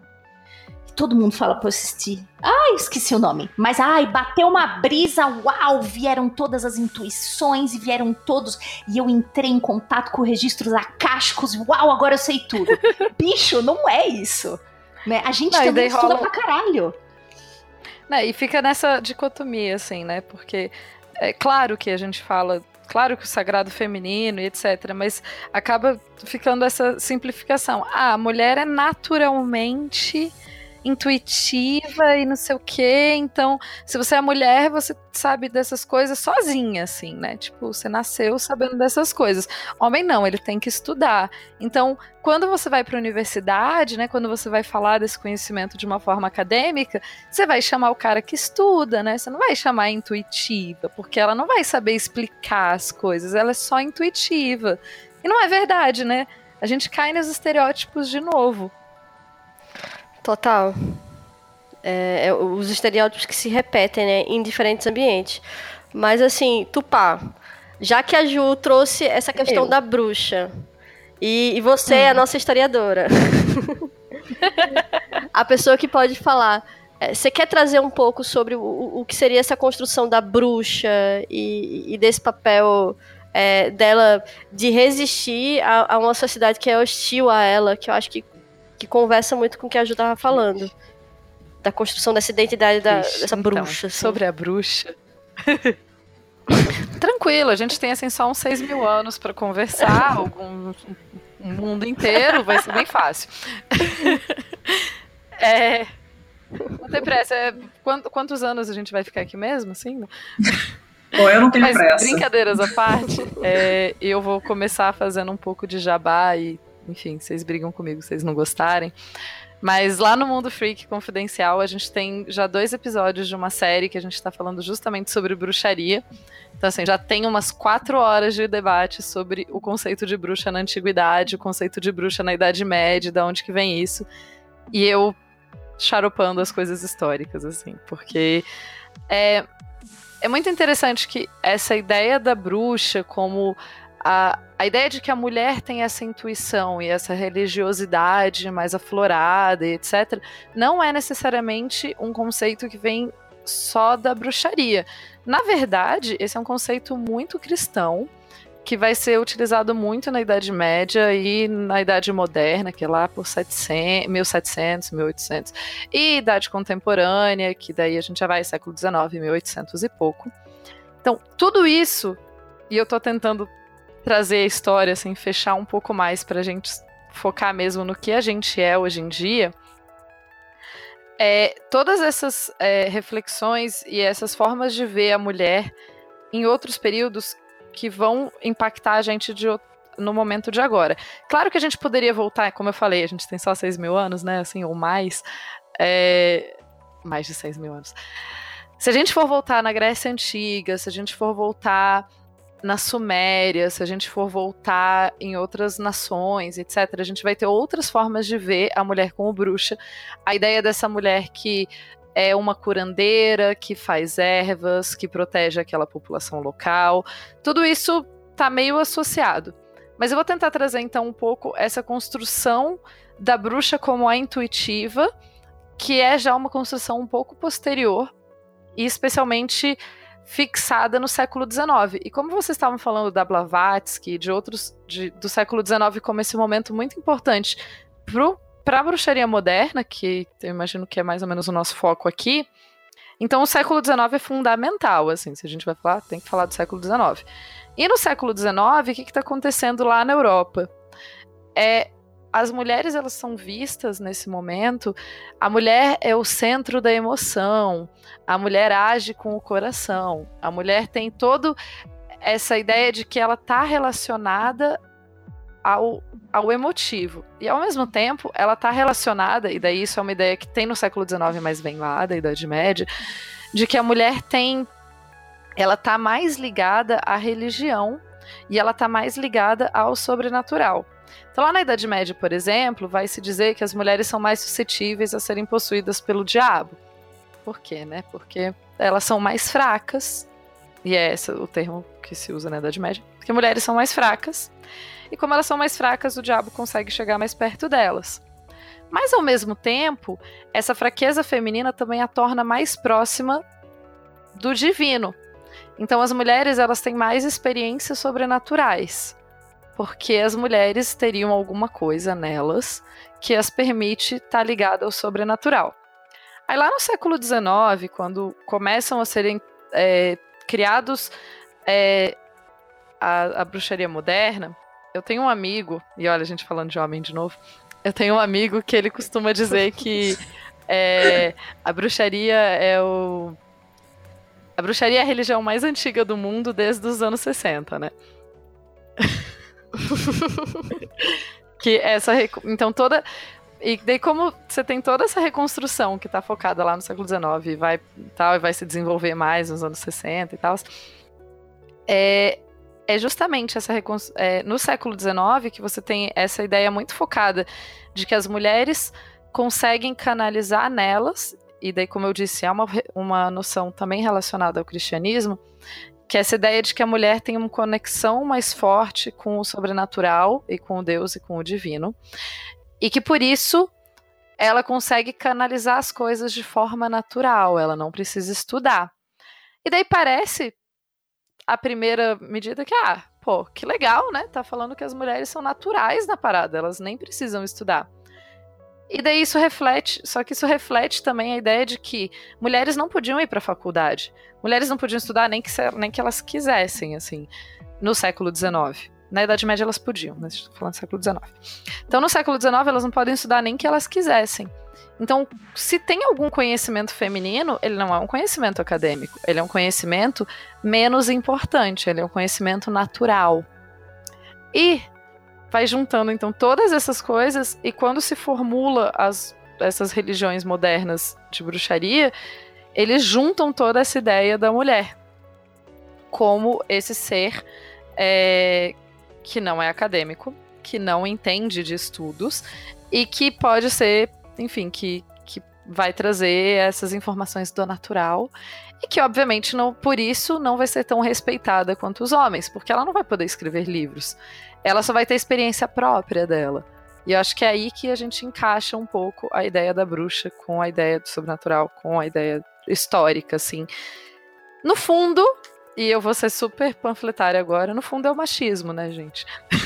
Speaker 3: Todo mundo fala pra eu assistir. Ai, esqueci o nome. Mas, ai, bateu uma brisa, uau, vieram todas as intuições e vieram todos. E eu entrei em contato com registros acásticos, uau, agora eu sei tudo. Bicho, não é isso. Né? A gente não, também estuda rola... pra caralho.
Speaker 5: Não, e fica nessa dicotomia, assim, né? Porque é claro que a gente fala... Claro que o sagrado feminino e etcétera, mas acaba ficando essa simplificação. Ah, a mulher é naturalmente... intuitiva e não sei o quê. Então, se você é mulher, você sabe dessas coisas sozinha, assim, né? Tipo, você nasceu sabendo dessas coisas. Homem não, ele tem que estudar. Então, quando você vai para a universidade, né? Quando você vai falar desse conhecimento de uma forma acadêmica, você vai chamar o cara que estuda, né? Você não vai chamar a intuitiva, porque ela não vai saber explicar as coisas, ela é só intuitiva. E não é verdade, né? A gente cai nos estereótipos de novo.
Speaker 2: Total. É, é, os estereótipos que se repetem, né, em diferentes ambientes. Mas assim, Tupá, já que a Ju trouxe essa questão
Speaker 5: Eu.
Speaker 2: da bruxa, e, e você hum. é a nossa historiadora, a pessoa que pode falar, é, você quer trazer um pouco sobre o, o que seria essa construção da bruxa e, e desse papel é, dela de resistir a, a uma sociedade que é hostil a ela, que eu acho que que conversa muito com o que a Ju tava falando. Da construção dessa identidade da, Ixi, dessa bruxa.
Speaker 5: Então,
Speaker 2: assim.
Speaker 5: Sobre a bruxa. Tranquilo, a gente tem assim só uns seis mil anos para conversar, algum, um mundo inteiro, vai ser bem fácil. É, não tem pressa. É, quantos, quantos anos a gente vai ficar aqui mesmo, assim?
Speaker 4: Bom, eu não tenho
Speaker 5: Mas,
Speaker 4: pressa.
Speaker 5: Brincadeiras à parte, é, eu vou começar fazendo um pouco de jabá e enfim, vocês brigam comigo se vocês não gostarem. Mas lá no Mundo Freak Confidencial, a gente tem já dois episódios de uma série que a gente está falando justamente sobre bruxaria. Então, assim, já tem umas quatro horas de debate sobre o conceito de bruxa na antiguidade, o conceito de bruxa na Idade Média, de onde que vem isso. E eu charopando as coisas históricas, assim, porque é, é muito interessante que essa ideia da bruxa como A, a ideia de que a mulher tem essa intuição e essa religiosidade mais aflorada e etcétera, não é necessariamente um conceito que vem só da bruxaria. Na verdade, esse é um conceito muito cristão, que vai ser utilizado muito na Idade Média e na Idade Moderna, que é lá por setecentos, mil e setecentos, mil e oitocentos, e Idade Contemporânea, que daí a gente já vai século dezenove, mil e oitocentos e pouco. Então, tudo isso, e eu tô tentando trazer a história, assim, fechar um pouco mais pra gente focar mesmo no que a gente é hoje em dia, é, todas essas é, reflexões e essas formas de ver a mulher em outros períodos que vão impactar a gente de, no momento de agora. Claro que a gente poderia voltar, como eu falei, a gente tem só seis mil anos, né, assim, ou mais, é, mais de seis mil anos. Se a gente for voltar na Grécia Antiga, se a gente for voltar na Suméria, se a gente for voltar em outras nações, etcétera, a gente vai ter outras formas de ver a mulher como bruxa. A ideia dessa mulher que é uma curandeira, que faz ervas, que protege aquela população local, tudo isso tá meio associado. Mas eu vou tentar trazer então um pouco essa construção da bruxa como a intuitiva, que é já uma construção um pouco posterior, e especialmente fixada no século dezenove. E como vocês estavam falando da Blavatsky e de outros de, do século dezenove como esse momento muito importante para a bruxaria moderna, que eu imagino que é mais ou menos o nosso foco aqui, então o século dezenove é fundamental, assim, se a gente vai falar, tem que falar do século dezenove. E no século dezenove, o que está acontecendo lá na Europa? É, as mulheres, elas são vistas nesse momento, a mulher é o centro da emoção, a mulher age com o coração, a mulher tem toda essa ideia de que ela está relacionada ao, ao emotivo, e ao mesmo tempo ela está relacionada, e daí isso é uma ideia que tem no século dezenove, mas vem lá da Idade Média, de que a mulher tem, ela está mais ligada à religião, e ela está mais ligada ao sobrenatural. Então lá na Idade Média, por exemplo, vai se dizer que as mulheres são mais suscetíveis a serem possuídas pelo diabo. Por quê, né? Porque elas são mais fracas, e é esse o termo que se usa na Idade Média, porque mulheres são mais fracas, e como elas são mais fracas, o diabo consegue chegar mais perto delas. Mas ao mesmo tempo, essa fraqueza feminina também a torna mais próxima do divino. Então as mulheres, elas têm mais experiências sobrenaturais, porque as mulheres teriam alguma coisa nelas que as permite estar ligada ao sobrenatural. Aí lá no século dezenove, quando começam a serem é, criados é, a, a bruxaria moderna, eu tenho um amigo, e olha a gente falando de homem de novo, eu tenho um amigo que ele costuma dizer que É, a bruxaria é o... A bruxaria é a religião mais antiga do mundo desde os anos sessenta, né? que essa Então toda... E daí como você tem toda essa reconstrução que tá focada lá no século dezenove e vai, tal, e vai se desenvolver mais nos anos sessenta e tal, é, é justamente essa reconstru... é, no século dezenove que você tem essa ideia muito focada de que as mulheres conseguem canalizar nelas, e daí, como eu disse, é uma, uma noção também relacionada ao cristianismo, que é essa ideia de que a mulher tem uma conexão mais forte com o sobrenatural e com o Deus e com o divino, e que por isso ela consegue canalizar as coisas de forma natural, ela não precisa estudar. E daí parece a primeira medida que, ah, pô, que legal, né? Tá falando que as mulheres são naturais na parada, elas nem precisam estudar. E daí isso reflete, só que isso reflete também a ideia de que mulheres não podiam ir para a faculdade, mulheres não podiam estudar nem que, nem que elas quisessem, assim, no século dezenove. Na Idade Média elas podiam, mas estou falando do século dezenove. Então no século dezenove elas não podem estudar nem que elas quisessem. Então, se tem algum conhecimento feminino, ele não é um conhecimento acadêmico, ele é um conhecimento menos importante, ele é um conhecimento natural. E vai juntando, então, todas essas coisas, e quando se formula as, essas religiões modernas de bruxaria, eles juntam toda essa ideia da mulher como esse ser é, que não é acadêmico, que não entende de estudos, e que pode ser, enfim, que, que vai trazer essas informações do natural, e que, obviamente, não, por isso não vai ser tão respeitada quanto os homens, porque ela não vai poder escrever livros. Ela só vai ter experiência própria dela. E eu acho que é aí que a gente encaixa um pouco a ideia da bruxa com a ideia do sobrenatural, com a ideia histórica, assim. No fundo, e eu vou ser super panfletária agora, no fundo é o machismo, né, gente?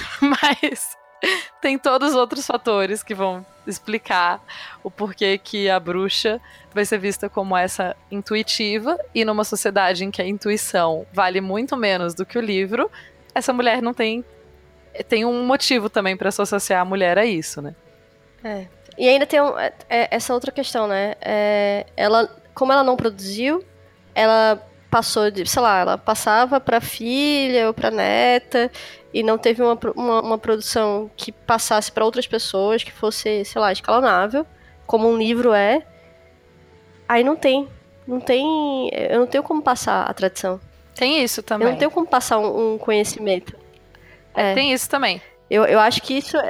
Speaker 5: Mas tem todos os outros fatores que vão explicar o porquê que a bruxa vai ser vista como essa intuitiva, e numa sociedade em que a intuição vale muito menos do que o livro, essa mulher não tem tem um motivo também para associar a mulher a isso, né?
Speaker 2: É. E ainda tem um, é, essa outra questão, né? É, ela, como ela não produziu, ela passou de, sei lá, ela passava para filha ou para neta e não teve uma, uma, uma produção que passasse para outras pessoas, que fosse, sei lá, escalonável, como um livro é. Aí não tem, não tem, eu não tenho como passar a tradição.
Speaker 5: Tem isso também.
Speaker 2: Eu não tenho como passar um, um conhecimento. É.
Speaker 5: Tem isso também.
Speaker 2: Eu, eu acho que isso.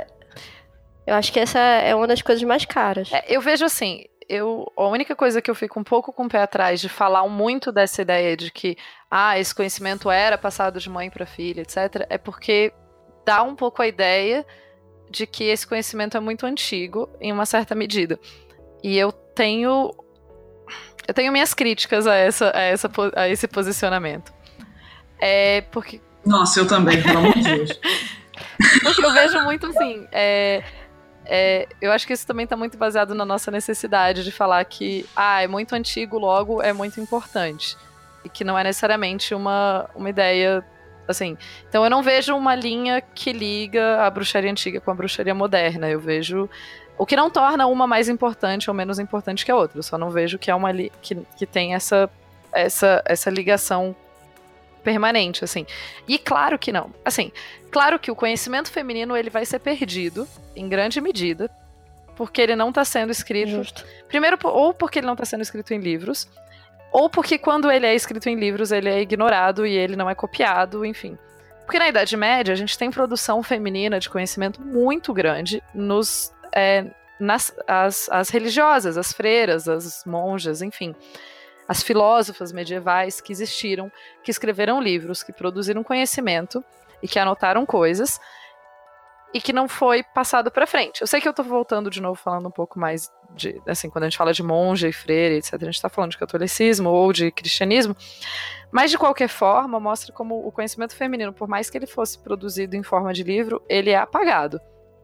Speaker 2: Eu acho que essa é uma das coisas mais caras.
Speaker 5: É, eu vejo assim. Eu, a única coisa que eu fico um pouco com o pé atrás de falar muito dessa ideia de que ah, esse conhecimento era passado de mãe para filha, etcétera, é porque dá um pouco a ideia de que esse conhecimento é muito antigo, em uma certa medida. E eu tenho. Eu tenho minhas críticas a, essa, a, essa, a esse posicionamento. É porque.
Speaker 4: Nossa, eu também, pelo amor de Deus.
Speaker 5: Porque eu vejo muito assim, é, é, eu acho que isso também está muito baseado na nossa necessidade de falar que ah, é muito antigo, logo é muito importante. E que não é necessariamente uma, uma ideia, assim. Então eu não vejo uma linha que liga a bruxaria antiga com a bruxaria moderna. Eu vejo o que não torna uma mais importante ou menos importante que a outra. Eu só não vejo que é uma li- que, que tem essa, essa, essa ligação permanente, assim. E claro que não. Assim, claro que o conhecimento feminino ele vai ser perdido, em grande medida, porque ele não está sendo escrito... Justo. Primeiro, ou porque ele não está sendo escrito em livros, ou porque quando ele é escrito em livros, ele é ignorado e ele não é copiado, enfim. Porque na Idade Média, a gente tem produção feminina de conhecimento muito grande nos, é, nas as, as religiosas, as freiras, as monjas, enfim. As filósofas medievais que existiram, que escreveram livros, que produziram conhecimento e que anotaram coisas e que não foi passado para frente. Eu sei que eu tô voltando de novo falando um pouco mais de, assim, quando a gente fala de monja e freira, etcétera, a gente tá falando de catolicismo ou de cristianismo, mas de qualquer forma mostra como o conhecimento feminino, por mais que ele fosse produzido em forma de livro, ele é apagado.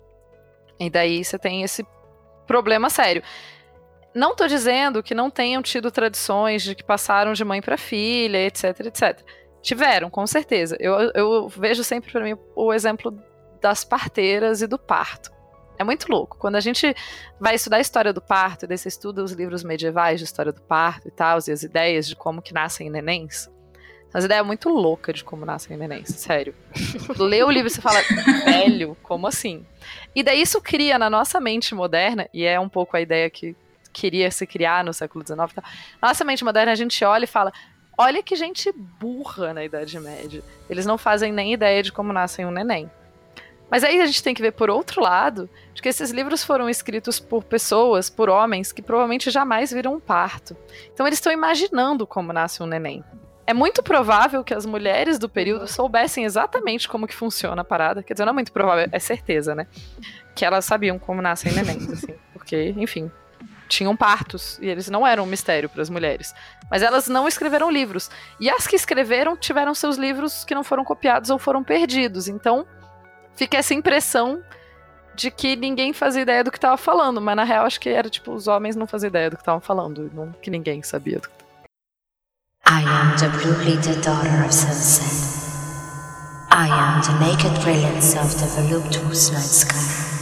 Speaker 5: E daí você tem esse problema sério. Não tô dizendo que não tenham tido tradições de que passaram de mãe para filha, etc, etcétera. Tiveram, com certeza. Eu, eu vejo sempre para mim o exemplo das parteiras e do parto. É muito louco. Quando a gente vai estudar a história do parto, e daí você estuda os livros medievais de história do parto e tal, e as ideias de como que nascem nenéns, as ideias muito loucas de como nascem nenéns, sério. Lê o livro e você fala, velho, como assim? E daí isso cria na nossa mente moderna, e é um pouco a ideia que queria se criar no século dezenove, tá? Nossa mente moderna, a gente olha e fala, olha que gente burra na Idade Média. Eles não fazem nem ideia de como nascem um neném. Mas aí a gente tem que ver por outro lado, de que esses livros foram escritos por pessoas, por homens, que provavelmente jamais viram um parto. Então eles estão imaginando como nasce um neném. É muito provável que as mulheres do período soubessem exatamente como que funciona a parada. Quer dizer, não é muito provável, é certeza, né? Que elas sabiam como nascem nenéns, assim. Porque, enfim, tinham partos, e eles não eram um mistério para as mulheres. Mas elas não escreveram livros. E as que escreveram tiveram seus livros que não foram copiados ou foram perdidos. Então fica essa impressão de que ninguém fazia ideia do que estava falando, mas na real acho que era tipo, os homens não faziam ideia do que estavam falando, não que ninguém sabia do que...
Speaker 1: I am the blue-lidded daughter of sunset. I am the naked brilliance of the voluptuous night sky.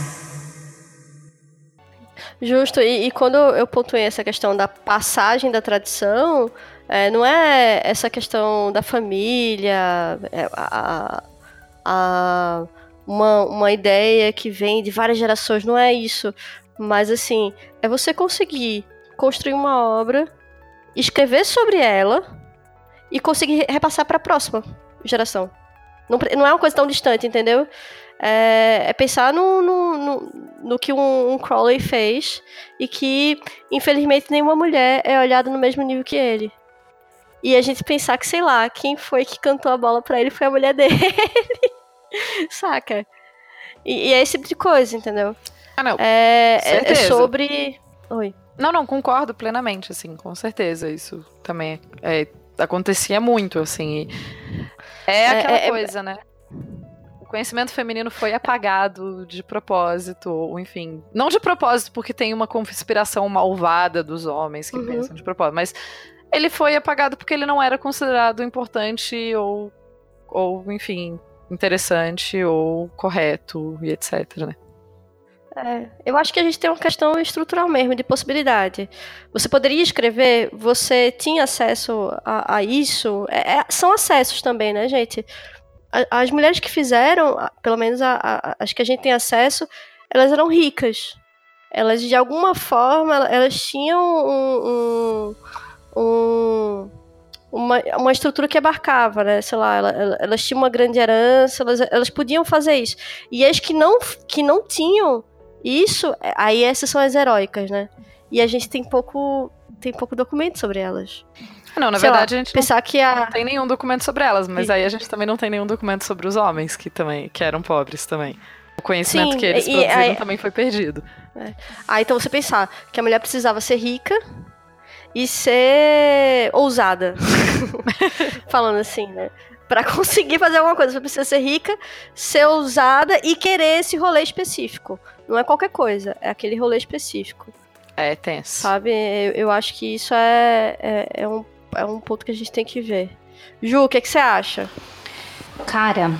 Speaker 2: Justo, e, e quando eu pontuei essa questão da passagem da tradição, é, não é essa questão da família, é, a, a, uma, uma ideia que vem de várias gerações, não é isso. Mas, assim, é você conseguir construir uma obra, escrever sobre ela e conseguir repassar para a próxima geração. Não, não é uma coisa tão distante, entendeu? É, é pensar no, no, no, no que um, um Crowley fez e que, infelizmente, nenhuma mulher é olhada no mesmo nível que ele. E a gente pensar que, sei lá, quem foi que cantou a bola pra ele foi a mulher dele. Saca? E, e é esse tipo de coisa, entendeu?
Speaker 5: Ah, não.
Speaker 2: É,
Speaker 5: certeza.
Speaker 2: é, é sobre... Oi.
Speaker 5: Não, não, concordo plenamente, assim, com certeza. Isso também é, acontecia muito, assim. É aquela é, coisa, é, né? O conhecimento feminino foi apagado de propósito, ou enfim, não de propósito porque tem uma conspiração malvada dos homens que uhum. pensam de propósito, mas ele foi apagado porque ele não era considerado importante ou, ou enfim, interessante ou correto e etc, né?
Speaker 2: É, eu acho que a gente tem uma questão estrutural mesmo, de possibilidade. Você poderia escrever, você tinha acesso a, a isso, é, é, são acessos também, né, gente? As mulheres que fizeram, pelo menos a, a, as que a gente tem acesso, elas eram ricas. Elas, de alguma forma, elas tinham um, um, um, uma, uma estrutura que abarcava, né? Sei lá, elas, elas tinham uma grande herança, elas, elas podiam fazer isso. E as que não, que não tinham isso, aí essas são as heróicas, né? E a gente tem pouco, tem pouco documento sobre elas.
Speaker 5: Não, na
Speaker 2: Sei
Speaker 5: verdade
Speaker 2: lá,
Speaker 5: a gente
Speaker 2: pensar
Speaker 5: não,
Speaker 2: que a...
Speaker 5: não tem nenhum documento sobre elas, mas aí a gente também não tem nenhum documento sobre os homens que também que eram pobres também. O conhecimento Sim, que eles e, produziram aí, também foi perdido.
Speaker 2: É. Ah, então você pensar que a mulher precisava ser rica e ser ousada. Falando assim, né? Pra conseguir fazer alguma coisa, você precisa ser rica, ser ousada e querer esse rolê específico. Não é qualquer coisa, é aquele rolê específico.
Speaker 5: É tenso.
Speaker 2: Sabe? Eu, eu acho que isso é, é, é, um, é um ponto que a gente tem que ver. Ju, o que, que você acha?
Speaker 3: Cara,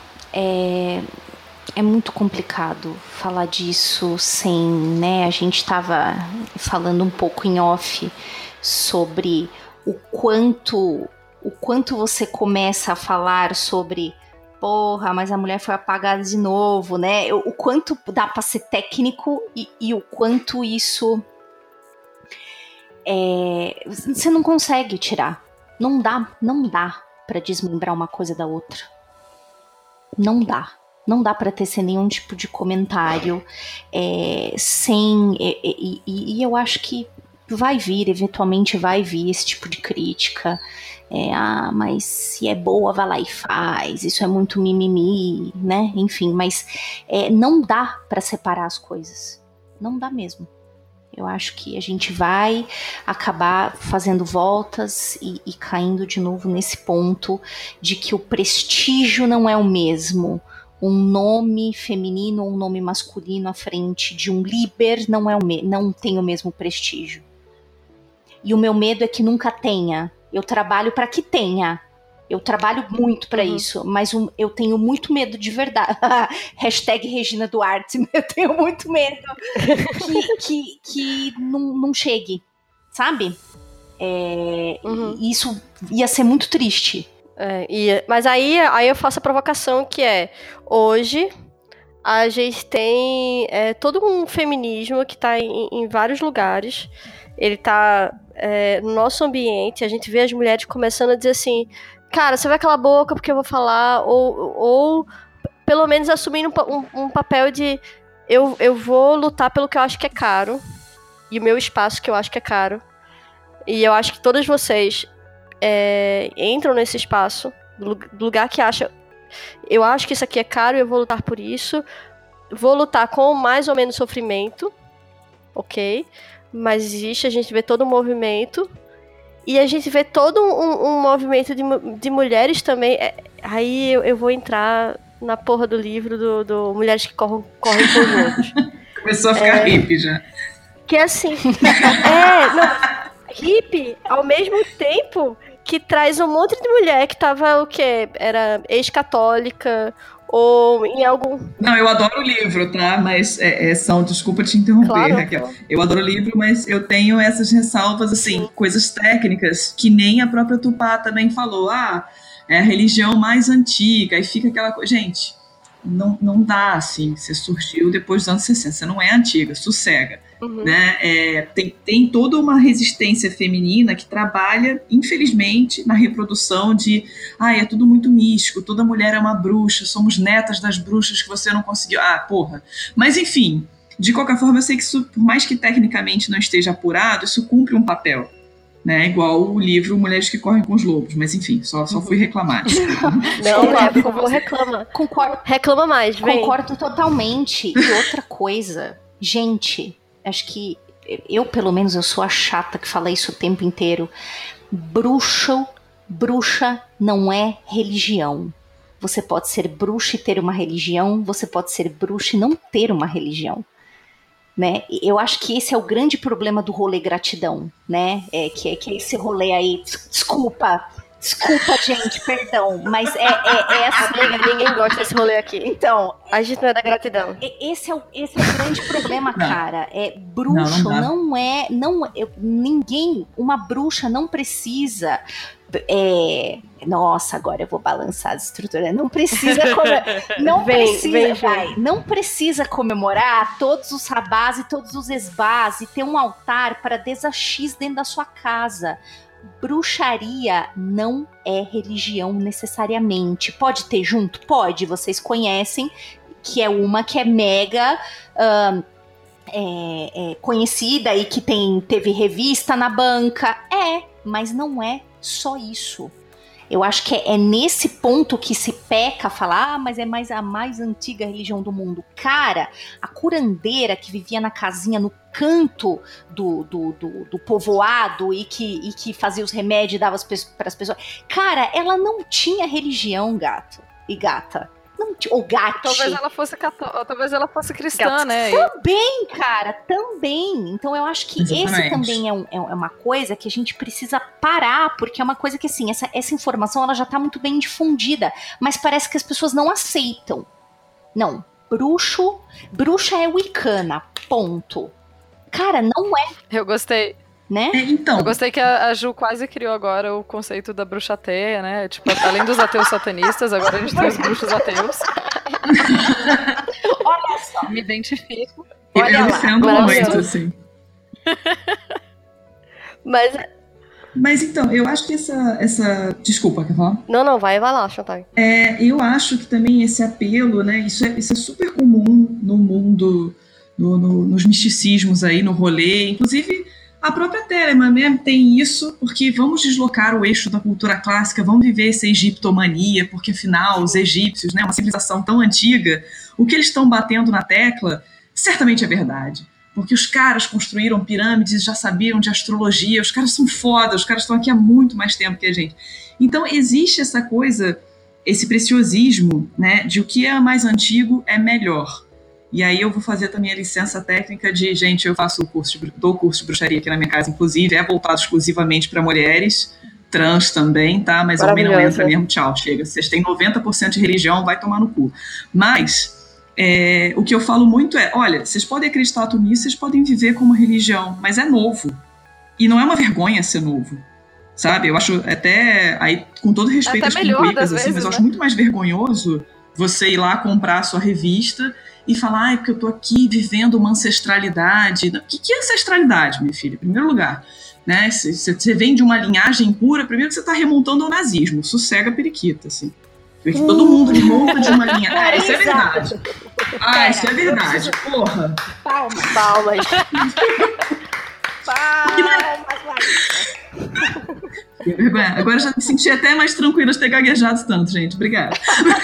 Speaker 3: é, é muito complicado falar disso sem, né? A gente tava falando um pouco em off sobre o quanto, o quanto você começa a falar sobre... Porra, mas a mulher foi apagada de novo, né? O quanto dá pra ser técnico e, e o quanto isso... É, você não consegue tirar. Não dá, não dá pra desmembrar uma coisa da outra. Não dá. Não dá pra tecer nenhum tipo de comentário é, sem... E, e, e eu acho que vai vir, eventualmente vai vir esse tipo de crítica. É, ah, mas se é boa, vai lá e faz, isso é muito mimimi, né? Enfim, mas é, não dá pra separar as coisas. Não dá mesmo. Eu acho que a gente vai acabar fazendo voltas e, e caindo de novo nesse ponto de que o prestígio não é o mesmo. Um nome feminino ou um nome masculino à frente de um líder não, é o me- não tem o mesmo prestígio. E o meu medo é que nunca tenha. Eu trabalho para que tenha. Eu trabalho muito para
Speaker 2: Uhum.
Speaker 3: isso, mas um, eu tenho muito medo de verdade. Hashtag Regina Duarte, eu tenho muito medo que, que, que não, não chegue, sabe? É,
Speaker 2: Uhum.
Speaker 3: Isso ia ser muito triste.
Speaker 2: É, e, mas aí, aí eu faço a provocação que é, hoje a gente tem é, todo um feminismo que está em, em vários lugares, ele está é, no nosso ambiente, a gente vê as mulheres começando a dizer assim, cara, você vai calar a boca porque eu vou falar, ou, ou pelo menos assumindo um, um, um papel de eu, eu vou lutar pelo que eu acho que é caro, e o meu espaço que eu acho que é caro, e eu acho que todas vocês É, entram nesse espaço, do lugar que acha, eu acho que isso aqui é caro e eu vou lutar por isso, vou lutar com mais ou menos sofrimento, ok? Mas existe, a gente vê todo um movimento, e a gente vê todo um, um movimento de, de mulheres também, é, aí eu, eu vou entrar na porra do livro do, do Mulheres que Correm, correm com os Lobos.
Speaker 4: Começou a ficar é, hippie já.
Speaker 2: Que é assim, é, não, hippie, ao mesmo tempo que traz um monte de mulher que tava, o quê? Era ex-católica, ou em algum...
Speaker 4: Não, eu adoro o livro, tá? Mas, é, é, são, desculpa te interromper,
Speaker 2: claro,
Speaker 4: Raquel.
Speaker 2: claro.
Speaker 4: Eu adoro o livro, mas eu tenho essas ressalvas, assim, Sim. coisas técnicas, que nem a própria Tupá também falou. Ah, é a religião mais antiga, aí fica aquela coisa... Gente, não, não dá, assim, você surgiu depois dos anos sessenta, você não é antiga, sossega. Uhum. Né? É, tem, tem toda uma resistência feminina que trabalha, infelizmente, na reprodução de ah, é tudo muito místico, toda mulher é uma bruxa, somos netas das bruxas que você não conseguiu. Ah, porra. Mas, enfim, de qualquer forma, eu sei que isso, por mais que tecnicamente não esteja apurado, isso cumpre um papel. Né? Igual o livro Mulheres que Correm com os Lobos. Mas, enfim, só, só fui reclamar.
Speaker 2: Não, é, por favor, reclama.
Speaker 3: Concordo.
Speaker 2: Reclama mais, vem.
Speaker 3: Concordo totalmente. E outra coisa, gente... Acho que eu, pelo menos, eu sou a chata que fala isso o tempo inteiro. Bruxo, bruxa não é religião. Você pode ser bruxa e ter uma religião, você pode ser bruxa e não ter uma religião. Né? Eu acho que esse é o grande problema do rolê gratidão, né? É, que, é, que é esse rolê aí, desculpa... Desculpa, gente, perdão, mas é, é, é assim.
Speaker 2: Ninguém gosta desse rolê aqui.
Speaker 3: Então,
Speaker 2: a gente não é da gratidão.
Speaker 3: Esse é o, esse é o grande problema, cara. É, bruxo não, não, não é. Não, eu, ninguém. Uma bruxa não precisa. É, nossa, agora eu vou balançar as estruturas. Não precisa comemorar. Não vem, precisa, vem, vai, não precisa comemorar todos os rabás e todos os esbás e ter um altar para desachis dentro da sua casa. Bruxaria não é religião necessariamente. Pode ter junto? Pode. Vocês conhecem que é uma que é mega uh, é, é, conhecida e que tem, teve revista na banca. É, mas não é só isso. Eu acho que é, é nesse ponto que se peca falar, ah, mas é mais a mais antiga religião do mundo. Cara, a curandeira que vivia na casinha no canto do, do, do, do povoado e que, e que fazia os remédios e dava para as pessoas. Cara, ela não tinha religião, gato e gata. Não tinha, ou gate.
Speaker 5: Talvez ela fosse cató- talvez ela fosse cristã, gato. Né?
Speaker 3: Também, cara, também. Então eu acho que Exatamente. Esse também é, um, é uma coisa que a gente precisa parar, porque é uma coisa que, assim, essa, essa informação ela já tá muito bem difundida, mas parece que as pessoas não aceitam. Não, bruxo, bruxa é wicana, ponto. Cara, não é.
Speaker 5: Eu gostei.
Speaker 3: Né?
Speaker 4: É, então.
Speaker 5: Eu gostei que a, a Ju quase criou agora o conceito da bruxateia, né? Tipo, além dos ateus satanistas, agora a gente tem os bruxos ateus.
Speaker 3: Olha só.
Speaker 5: Me identifico.
Speaker 3: Olha
Speaker 4: eu
Speaker 3: lá.
Speaker 4: sendo muito, assim.
Speaker 2: Mas...
Speaker 4: Mas então, eu acho que essa... essa... Desculpa, quer falar?
Speaker 2: Não, não, vai, vai lá, Chantal.
Speaker 4: É, eu acho que também esse apelo, né? Isso é, isso é super comum no mundo, no, no, nos misticismos aí, no rolê. Inclusive... A própria Telemann mesmo tem isso, porque vamos deslocar o eixo da cultura clássica, vamos viver essa egiptomania, porque afinal os egípcios, né, uma civilização tão antiga, o que eles estão batendo na tecla certamente é verdade. Porque os caras construíram pirâmides e já sabiam de astrologia, os caras são foda, os caras estão aqui há muito mais tempo que a gente. Então existe essa coisa, esse preciosismo, né, de o que é mais antigo é melhor. E aí eu vou fazer também a licença técnica de, gente, eu faço o curso, de, dou curso de bruxaria aqui na minha casa, inclusive, é voltado exclusivamente para mulheres, trans também, tá? Mas homem não entra mesmo, tchau, chega. Vocês têm noventa por cento de religião, vai tomar no cu. Mas é, o que eu falo muito é, olha, vocês podem acreditar tudo nisso, vocês podem viver como religião, mas é novo. E não é uma vergonha ser novo. Sabe? Eu acho até, aí, com todo respeito às pinguicas, assim, mas eu acho muito mais vergonhoso você ir lá comprar a sua revista e falar, ai, porque eu tô aqui vivendo uma ancestralidade. O que, que é ancestralidade, minha filha? Em primeiro lugar, né? Se, se você vem de uma linhagem pura, primeiro que você tá remontando ao nazismo, sossega a periquita, assim. Porque uh. todo mundo remonta de uma linhagem. Ah, isso é verdade. Ah, isso é verdade, porra.
Speaker 2: Palmas. Palmas. Palmas,
Speaker 4: Que vergonha. Agora já me senti até mais tranquila de ter gaguejado tanto, gente. Obrigada.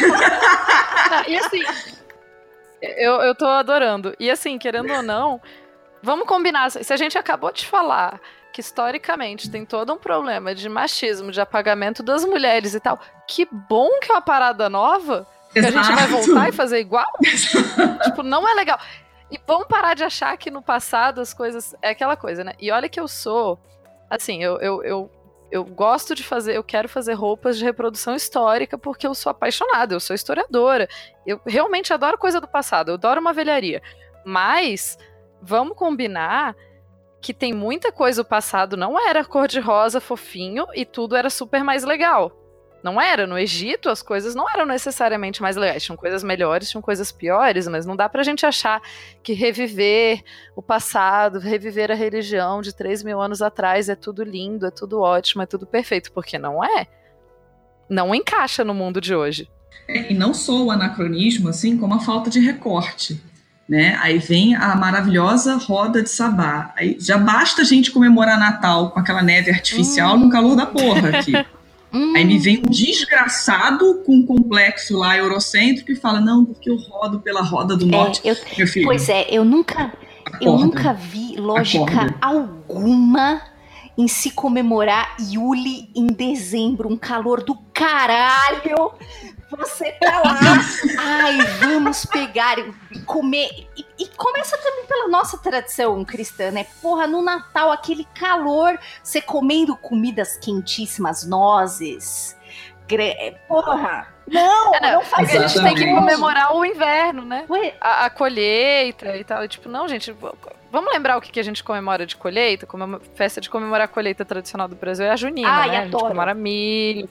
Speaker 5: Não, e assim, eu, eu tô adorando. E assim, querendo ou não, vamos combinar. Se a gente acabou de falar que historicamente tem todo um problema de machismo, de apagamento das mulheres e tal, que bom que é uma parada nova, que Exato. A gente vai voltar e fazer igual? Tipo, não é legal. E vamos parar de achar que no passado as coisas... É aquela coisa, né? E olha que eu sou... Assim, eu... eu, eu Eu gosto de fazer, eu quero fazer roupas de reprodução histórica porque eu sou apaixonada, eu sou historiadora. Eu realmente adoro coisa do passado, eu adoro uma velharia. Mas, vamos combinar que tem muita coisa do passado, não era cor-de-rosa, fofinho, e tudo era super mais legal. Não era. No Egito, as coisas não eram necessariamente mais legais. Tinham coisas melhores, tinham coisas piores, mas não dá pra gente achar que reviver o passado, reviver a religião de três mil anos atrás é tudo lindo, é tudo ótimo, é tudo perfeito, porque não é. Não encaixa no mundo de hoje.
Speaker 4: É, e não só o anacronismo, assim, como a falta de recorte. Né? Aí vem a maravilhosa roda de Sabá. Aí já basta a gente comemorar Natal com aquela neve artificial hum. no calor da porra aqui. Hum. Aí me vem um desgraçado com um complexo lá eurocêntrico e fala, não, porque eu rodo pela roda do norte.
Speaker 3: É, eu,
Speaker 4: meu filho.
Speaker 3: Pois é, eu nunca, eu nunca vi lógica Acorda. alguma em se comemorar Yule em dezembro, um calor do caralho. Você tá lá, ai, vamos pegar e comer. E, e começa também pela nossa tradição cristã, né? Porra, no Natal, aquele calor, você comendo comidas quentíssimas, nozes. Gre... Porra, não,
Speaker 5: é, não,
Speaker 3: não faz
Speaker 5: isso. A gente tem que comemorar o inverno, né? A, a colheita e tal. Tipo, não, gente, vamos lembrar o que, que a gente comemora de colheita? Como uma festa de comemorar a colheita tradicional do Brasil é a junina, ai, né? Adoro. A gente comemora milho.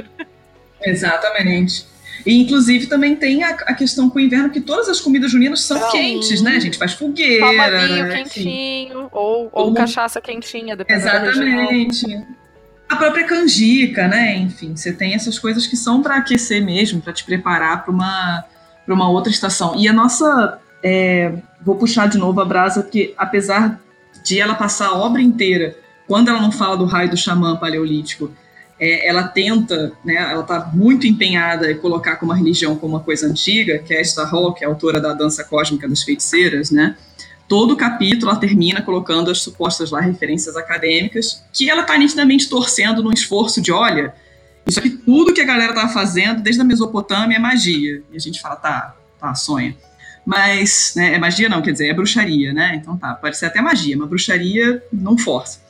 Speaker 4: Exatamente. E inclusive também tem a, a questão com o inverno que todas as comidas juninas são Sim. quentes, né? A gente faz fogueira.
Speaker 5: Toma vinho quentinho, ou, ou cachaça quentinha, dependendo
Speaker 4: Exatamente. Da região. A própria canjica, né? Enfim, você tem essas coisas que são para aquecer mesmo, para te preparar para uma, para uma outra estação. E a nossa... É, vou puxar de novo a brasa, porque apesar de ela passar a obra inteira, quando ela não fala do raio do xamã paleolítico, É, ela tenta, né, ela está muito empenhada em colocar como uma religião como uma coisa antiga, que é a Esther Hall, que é a autora da Dança Cósmica das Feiticeiras, né? Todo o capítulo ela termina colocando as supostas lá referências acadêmicas, que ela está nitidamente torcendo num esforço de, olha, isso aqui tudo que a galera estava fazendo desde a Mesopotâmia é magia. E a gente fala, tá, tá, sonha. Mas, né, é magia não, quer dizer, é bruxaria, né? Então tá, pode ser até magia, mas bruxaria não força.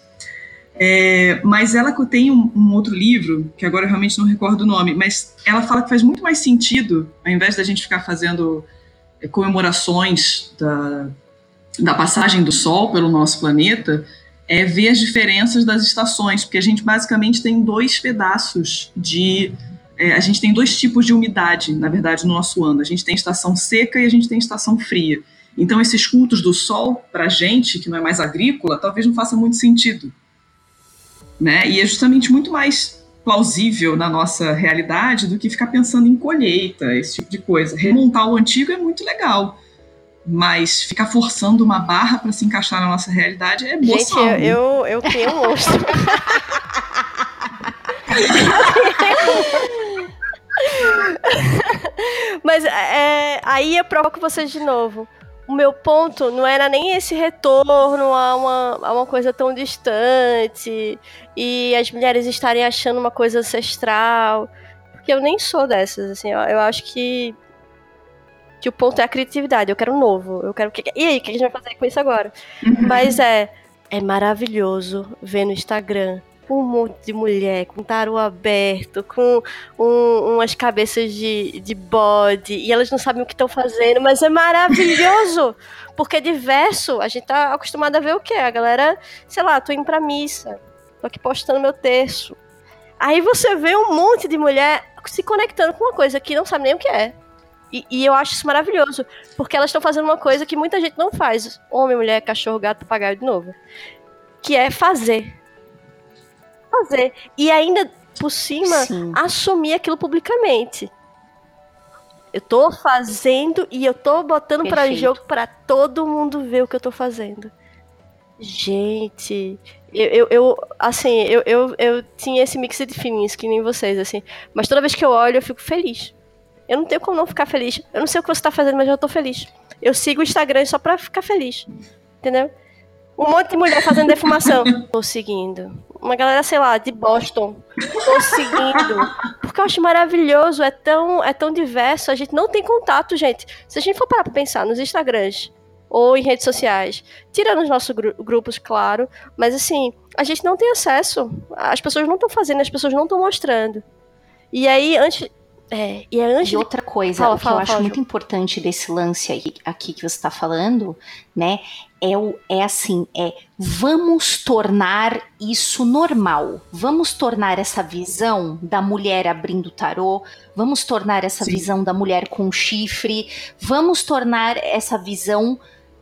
Speaker 4: É, mas ela tem um, um outro livro, que agora eu realmente não recordo o nome, mas ela fala que faz muito mais sentido, ao invés da gente ficar fazendo é, comemorações da, da passagem do Sol pelo nosso planeta, é ver as diferenças das estações, porque a gente basicamente tem dois pedaços de... É, a gente tem dois tipos de umidade, na verdade, no nosso ano. A gente tem estação seca e a gente tem estação fria. Então, esses cultos do Sol, pra gente, que não é mais agrícola, talvez não faça muito sentido. Né? E é justamente muito mais plausível na nossa realidade do que ficar pensando em colheita, esse tipo de coisa. Remontar o antigo é muito legal, mas ficar forçando uma barra para se encaixar na nossa realidade é boa.
Speaker 2: Gente, eu, eu, eu tenho um monstro. Mas é, aí eu provoco vocês de novo. O meu ponto não era nem esse retorno a uma, a uma coisa tão distante e as mulheres estarem achando uma coisa ancestral, porque eu nem sou dessas, assim, eu, eu acho que que o ponto é a criatividade, eu quero um novo, eu quero... E aí, o que a gente vai fazer com isso agora? Uhum. Mas é, é maravilhoso ver no Instagram um monte de mulher com tarô aberto, com um, umas cabeças de, de bode, e elas não sabem o que estão fazendo, mas é maravilhoso, porque é diverso. A gente tá acostumado a ver o quê? A galera, sei lá, tô indo pra missa, tô aqui postando meu terço. Aí você vê um monte de mulher se conectando com uma coisa que não sabe nem o que é. E, e eu acho isso maravilhoso, porque elas estão fazendo uma coisa que muita gente não faz. Homem, mulher, cachorro, gato, papagaio de novo. Que é fazer. Fazer. E ainda, por cima, Sim. assumir aquilo publicamente. Eu tô fazendo e eu tô botando Perfeito. pra jogo pra todo mundo ver o que eu tô fazendo. Gente, eu, eu, eu assim, eu, eu, eu tinha esse mix de feelings que nem vocês, assim. Mas toda vez que eu olho, eu fico feliz. Eu não tenho como não ficar feliz. Eu não sei o que você tá fazendo, mas eu tô feliz. Eu sigo o Instagram só pra ficar feliz. Entendeu? Um monte de mulher fazendo defumação. Tô seguindo. Uma galera, sei lá, de Boston. Tô seguindo. Porque eu acho maravilhoso. É tão, é tão diverso. A gente não tem contato, gente. Se a gente for parar pra pensar nos Instagrams ou em redes sociais, tirando os nossos gru- grupos, claro. Mas assim, a gente não tem acesso. As pessoas não estão fazendo, as pessoas não estão mostrando. E aí, antes... É, e, é antes
Speaker 3: e outra coisa, fala, o que fala, eu acho fala, muito Ju. importante desse lance aí, aqui que você está falando, né, é, o, é assim, é vamos tornar isso normal, vamos tornar essa visão da mulher abrindo tarô, vamos tornar essa Sim. visão da mulher com chifre, vamos tornar essa visão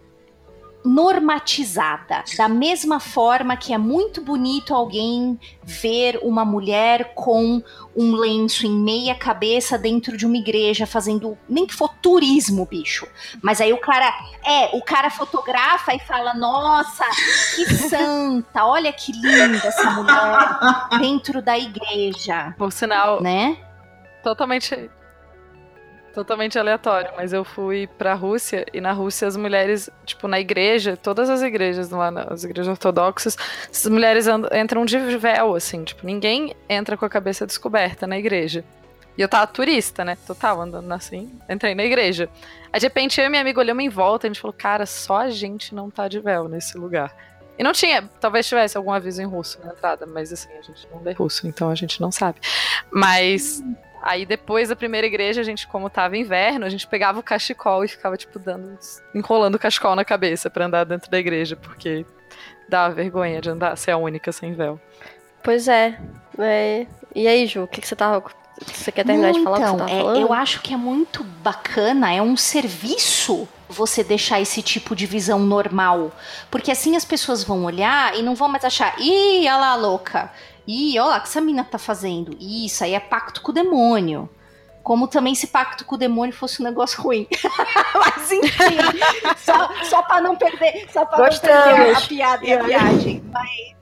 Speaker 3: normatizada, da mesma forma que é muito bonito alguém ver uma mulher com um lenço em meia cabeça dentro de uma igreja fazendo, nem que for turismo, bicho, mas aí o cara, é, o cara fotografa e fala, nossa, que santa, olha que linda essa mulher dentro da igreja.
Speaker 5: Por sinal,
Speaker 3: né?
Speaker 5: Totalmente... Totalmente aleatório, mas eu fui pra Rússia e na Rússia as mulheres, tipo, na igreja, todas as igrejas lá, as igrejas ortodoxas, as mulheres andam, entram de véu, assim, tipo, ninguém entra com a cabeça descoberta na igreja. E eu tava turista, né, total, andando assim, entrei na igreja. Aí de repente eu e minha amiga olhamos em volta e a gente falou, cara, só a gente não tá de véu nesse lugar. E não tinha, talvez tivesse algum aviso em russo na entrada, mas assim, a gente não lê russo, então a gente não sabe. Mas... Aí depois da primeira igreja, a gente, como tava inverno, a gente pegava o cachecol e ficava, tipo, dando, enrolando o cachecol na cabeça pra andar dentro da igreja, porque dava vergonha de andar, ser a única sem véu.
Speaker 2: Pois é. é. E aí, Ju, o que, que você tava... Você quer terminar
Speaker 3: Não,
Speaker 2: de falar
Speaker 3: então,
Speaker 2: o que você tava
Speaker 3: é,
Speaker 2: falando?
Speaker 3: eu acho que é muito bacana, é um serviço você deixar esse tipo de visão normal. Porque assim as pessoas vão olhar e não vão mais achar, ih, olha lá, louca. Ih, olha lá, o que essa mina tá fazendo? Isso aí é pacto com o demônio. Como também se pacto com o demônio fosse um negócio ruim. Mas enfim, só, só pra não perder, só pra não perder a piada e a viagem. Mas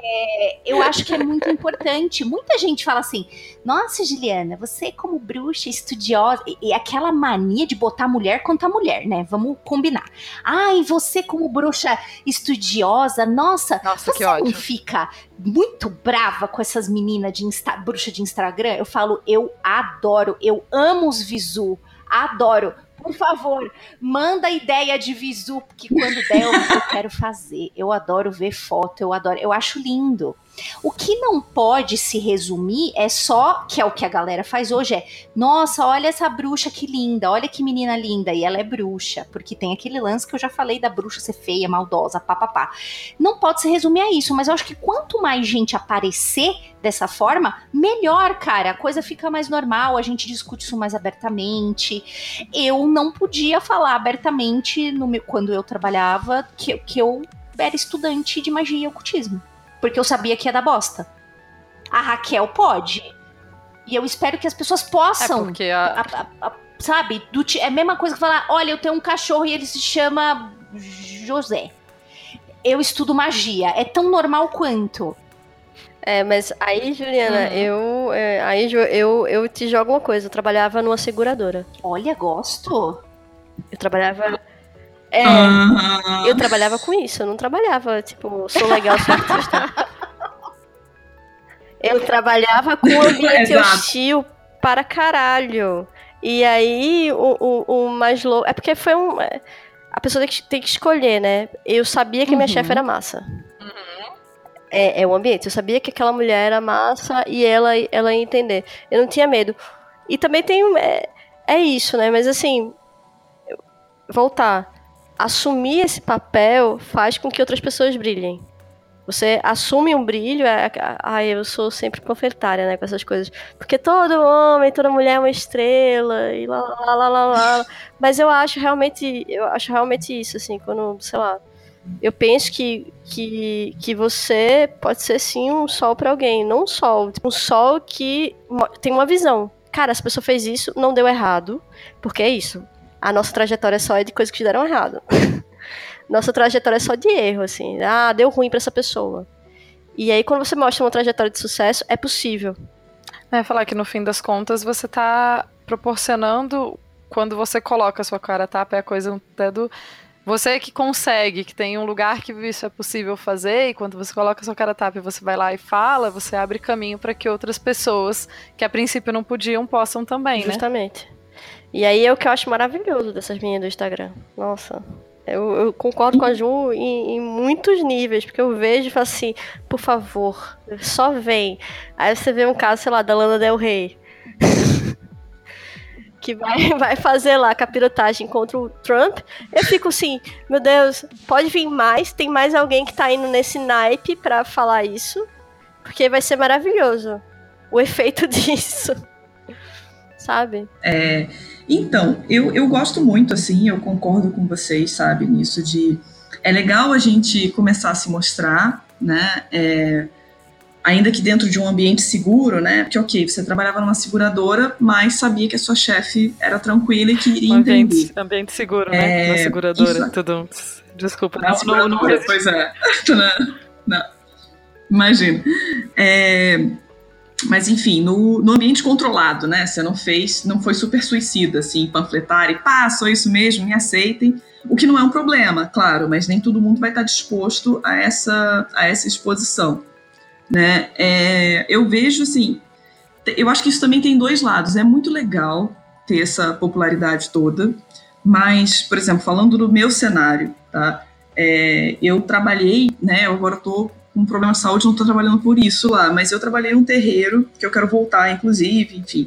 Speaker 3: é, eu acho que é muito importante. Muita gente fala assim, nossa, Juliana, você como bruxa estudiosa, e, e aquela mania de botar mulher contra mulher, né? Vamos combinar. Ai, você como bruxa estudiosa, nossa,
Speaker 5: nossa
Speaker 3: você
Speaker 5: que
Speaker 3: não
Speaker 5: ódio.
Speaker 3: Fica muito brava com essas meninas de Insta, bruxa de Instagram? Eu falo, eu adoro, eu amo os visu, adoro. Por favor, manda ideia de visu, porque quando der eu, eu quero fazer. Eu adoro ver foto, eu adoro, eu acho lindo. O que não pode se resumir é só, que é o que a galera faz hoje, é, nossa, olha essa bruxa que linda, olha que menina linda, e ela é bruxa, porque tem aquele lance que eu já falei da bruxa ser feia, maldosa, papapá. Não pode se resumir a isso, mas eu acho que quanto mais gente aparecer dessa forma, melhor, cara, a coisa fica mais normal, a gente discute isso mais abertamente. Eu não podia falar abertamente no meu, quando eu trabalhava que, que eu era estudante de magia e ocultismo. Porque eu sabia que ia dar bosta. A Raquel pode. E eu espero que as pessoas possam.
Speaker 5: É porque a...
Speaker 3: A, a, a, sabe? Do, é a mesma coisa que falar, olha, eu tenho um cachorro e ele se chama José. Eu estudo magia. É tão normal quanto.
Speaker 2: É, mas aí, Juliana, uhum. eu, é, aí, eu, eu te jogo uma coisa. Eu trabalhava numa seguradora.
Speaker 3: Olha, gosto.
Speaker 2: Eu trabalhava... É, uhum. eu trabalhava com isso. Eu não trabalhava, tipo, sou legal, sou artista. Eu trabalhava com um ambiente hostil para caralho. E aí, o, o, o mais louco... É porque foi um... A pessoa tem que, tem que escolher, né? Eu sabia que minha uhum. chefe era massa. É, é o ambiente. Eu sabia que aquela mulher era massa e ela, ela ia entender. Eu não tinha medo. E também tem... É, é isso, né? Mas assim... Voltar. Assumir esse papel faz com que outras pessoas brilhem. Você assume um brilho, é, ai, eu sou sempre panfletária, né, com essas coisas, porque todo homem, toda mulher é uma estrela, e lá, lá, lá, lá, lá. Mas eu acho realmente, eu acho realmente isso, assim, quando, sei lá, eu penso que, que, que você pode ser, sim, um sol pra alguém, não um sol, um sol que tem uma visão. Cara, essa pessoa fez isso, não deu errado, porque é isso, a nossa trajetória só é de coisas que deram errado. Nossa trajetória é só de erro, assim. Ah, deu ruim pra essa pessoa. E aí, quando você mostra uma trajetória de sucesso, é possível.
Speaker 5: É falar que, no fim das contas, você tá proporcionando, quando você coloca a sua cara a tapa, é a coisa até do... Você que consegue, que tem um lugar que isso é possível fazer, e quando você coloca a sua cara a tapa e você vai lá e fala, você abre caminho para que outras pessoas, que a princípio não podiam, possam também,
Speaker 2: Justamente. Né? E aí é o que eu acho maravilhoso dessas meninas do Instagram. Nossa... Eu, eu concordo com a Ju em, em muitos níveis, porque eu vejo e falo assim, por favor, só vem. Aí você vê um caso, sei lá, da Lana Del Rey, que vai, vai fazer lá a capirotagem contra o Trump. Eu fico assim, meu Deus, pode vir mais, tem mais alguém que tá indo nesse naipe pra falar isso, porque vai ser maravilhoso o efeito disso. Sabe?
Speaker 4: É... Então, eu, eu gosto muito, assim, eu concordo com vocês, sabe, nisso de... É legal a gente começar a se mostrar, né, é, ainda que dentro de um ambiente seguro, né, porque, ok, você trabalhava numa seguradora, mas sabia que a sua chefe era tranquila e que iria
Speaker 5: ambiente,
Speaker 4: entender.
Speaker 5: Ambiente seguro, né, é, na seguradora, isso... tudo... Desculpa.
Speaker 4: Na seguradora, não, pois é. não, não. Imagina. É... Mas, enfim, no, no ambiente controlado, né? Você não fez, não foi super suicida, assim, panfletar e pá, sou isso mesmo, me aceitem. O que não é um problema, claro, mas nem todo mundo vai estar disposto a essa, a essa exposição, né? É, eu vejo, assim, eu acho que isso também tem dois lados. É muito legal ter essa popularidade toda, mas, por exemplo, falando do meu cenário, tá? É, eu trabalhei, né? Eu agora estou com um problema de saúde, não estou trabalhando por isso lá, mas eu trabalhei num terreiro, que eu quero voltar, inclusive, enfim.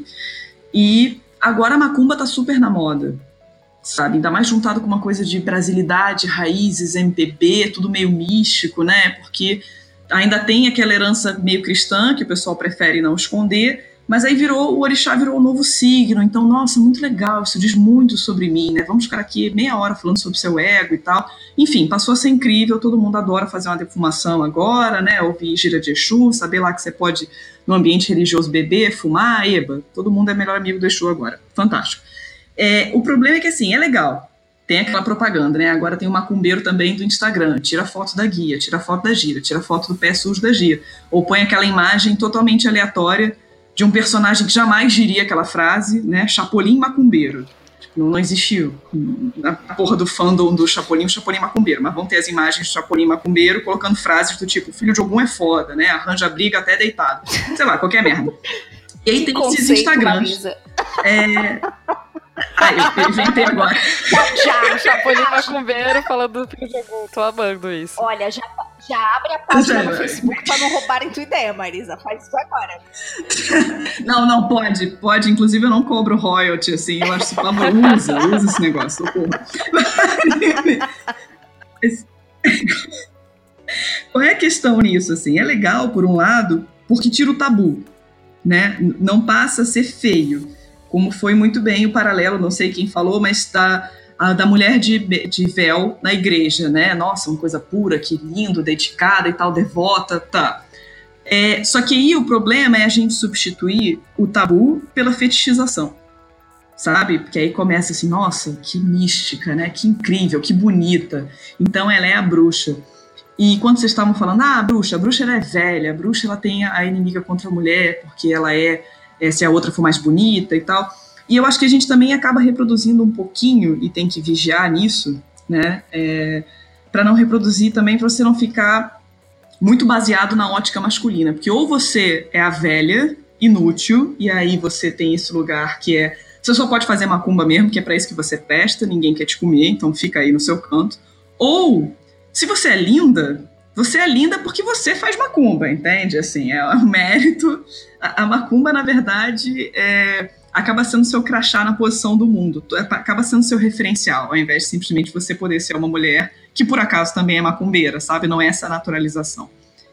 Speaker 4: E agora a macumba está super na moda, sabe? Ainda mais juntado com uma coisa de brasilidade, raízes, M P B, tudo meio místico, né? Porque ainda tem aquela herança meio cristã, que o pessoal prefere não esconder, mas aí virou, o orixá virou um novo signo, então, nossa, muito legal, isso diz muito sobre mim, né? Vamos ficar aqui meia hora falando sobre seu ego e tal. Enfim, passou a ser incrível, todo mundo adora fazer uma defumação agora, né? Ouvir gira de Exu, saber lá que você pode, no ambiente religioso, beber, fumar, eba, todo mundo é melhor amigo do Exu agora. Fantástico. É, o problema é que, assim, é legal, tem aquela propaganda, né? Agora tem o macumbeiro também do Instagram, tira foto da guia, tira foto da gira, tira foto do pé sujo da gia, ou põe aquela imagem totalmente aleatória de um personagem que jamais diria aquela frase, né? Chapolin macumbeiro. Não, não existiu na porra do fandom do Chapolin, o Chapolin macumbeiro, mas vão ter as imagens do Chapolin macumbeiro colocando frases do tipo, filho de algum é foda, né? Arranja briga até deitado. Sei lá, qualquer merda. E aí que tem esses Instagrams. É... Ah, eu, eu inventei agora.
Speaker 5: Já, o Chapolin macumbeiro falando do filho de algum. Tô amando isso.
Speaker 3: Olha, já, já abre a página no Facebook pra não roubarem tua ideia, Marisa. Faz isso agora.
Speaker 4: Não, não, pode. Pode. Inclusive, eu não cobro royalty, assim. Eu acho isso pavor. Usa, usa esse negócio. Qual é a questão nisso, assim? É legal, por um lado, porque tira o tabu, né? Não passa a ser feio. Como foi muito bem o paralelo, não sei quem falou, mas da, a, da mulher de, de véu na igreja, né? Nossa, uma coisa pura, que lindo, dedicada e tal, devota, tá. É, só que aí o problema é a gente substituir o tabu pela fetichização, sabe? Porque aí começa assim, nossa, que mística, né? Que incrível, que bonita. Então ela é a bruxa. E quando vocês estavam falando, ah, a bruxa, a bruxa ela é velha, a bruxa ela tem a inimiga contra a mulher, porque ela é... É, se a outra for mais bonita e tal. E eu acho que a gente também acaba reproduzindo um pouquinho, e tem que vigiar nisso, né? É, para não reproduzir também, para você não ficar muito baseado na ótica masculina. Porque ou você é a velha, inútil, e aí você tem esse lugar que é... Você só pode fazer macumba mesmo, que é para isso que você presta, ninguém quer te comer, então fica aí no seu canto. Ou, se você é linda, você é linda porque você faz macumba, entende? Assim, é um mérito. A, a macumba, na verdade, é, acaba sendo seu crachá na posição do mundo. Acaba sendo seu referencial, ao invés de simplesmente você poder ser uma mulher que, por acaso, também é macumbeira, sabe? Não é essa naturalização.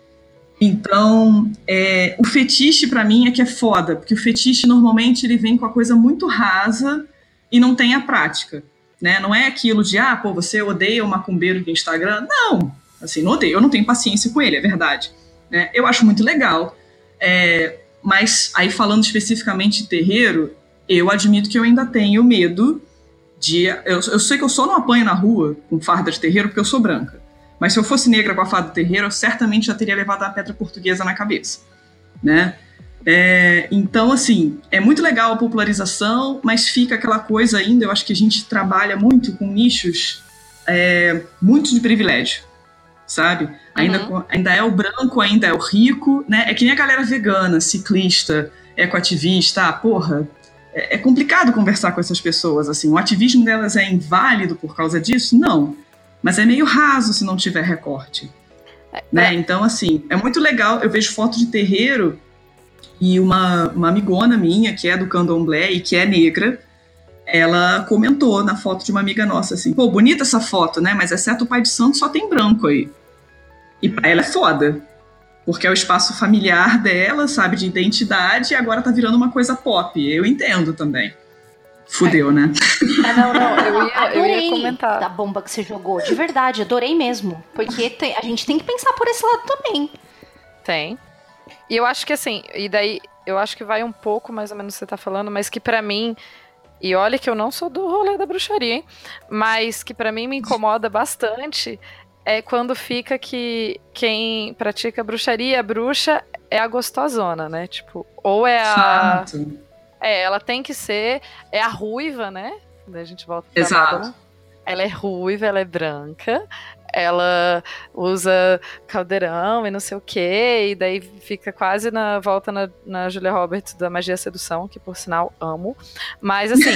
Speaker 4: Então, é, o fetiche, pra mim, é que é foda. Porque o fetiche, normalmente, ele vem com a coisa muito rasa e não tem a prática, né? Não é aquilo de, ah, pô, você odeia o macumbeiro do Instagram? Não. Assim, não odeio, eu não tenho paciência com ele, é verdade. Né? Eu acho muito legal. É, mas, aí falando especificamente de terreiro, eu admito que eu ainda tenho medo de... Eu, eu sei que eu só não apanho na rua com farda de terreiro porque eu sou branca. Mas se eu fosse negra com a farda de terreiro, eu certamente já teria levado a pedra portuguesa na cabeça. Né? É, então, assim, é muito legal a popularização, mas fica aquela coisa ainda, eu acho que a gente trabalha muito com nichos é, muito de privilégio. Sabe? Ainda, uhum. ainda é o branco, ainda é o rico, né? É que nem a galera vegana, ciclista, ecoativista, ah, porra, é, é complicado conversar com essas pessoas, assim. O ativismo delas é inválido por causa disso? Não. Mas é meio raso se não tiver recorte. É, né? É. Então, assim, é muito legal. Eu vejo foto de terreiro e uma, uma amigona minha, que é do candomblé e que é negra, ela comentou na foto de uma amiga nossa, assim, pô, bonita essa foto, né? Mas exceto o pai de santo, só tem branco aí. E pra ela é foda. Porque é o espaço familiar dela, sabe, de identidade, e agora tá virando uma coisa pop. Eu entendo também. Fudeu, né?
Speaker 5: Ah, não, não, eu ia,
Speaker 3: adorei
Speaker 5: eu ia comentar.
Speaker 3: Da bomba que você jogou, de verdade, adorei mesmo. Porque tem, a gente tem que pensar por esse lado também.
Speaker 5: Tem. E eu acho que assim, e daí, eu acho que vai um pouco mais ou menos o que você tá falando, mas que pra mim... E olha que eu não sou do rolê da bruxaria, hein? Mas que pra mim me incomoda bastante é quando fica que quem pratica bruxaria, a bruxa, é a gostosona, né? Tipo, ou é a...
Speaker 4: Fato.
Speaker 5: É, ela tem que ser... É a ruiva, né? Daí a gente volta pra
Speaker 4: Exato.
Speaker 5: Bárbara. Ela é ruiva, ela é branca, ela usa caldeirão e não sei o quê, e daí fica quase na volta na, na Julia Roberts da Magia e Sedução, que por sinal amo. Mas assim,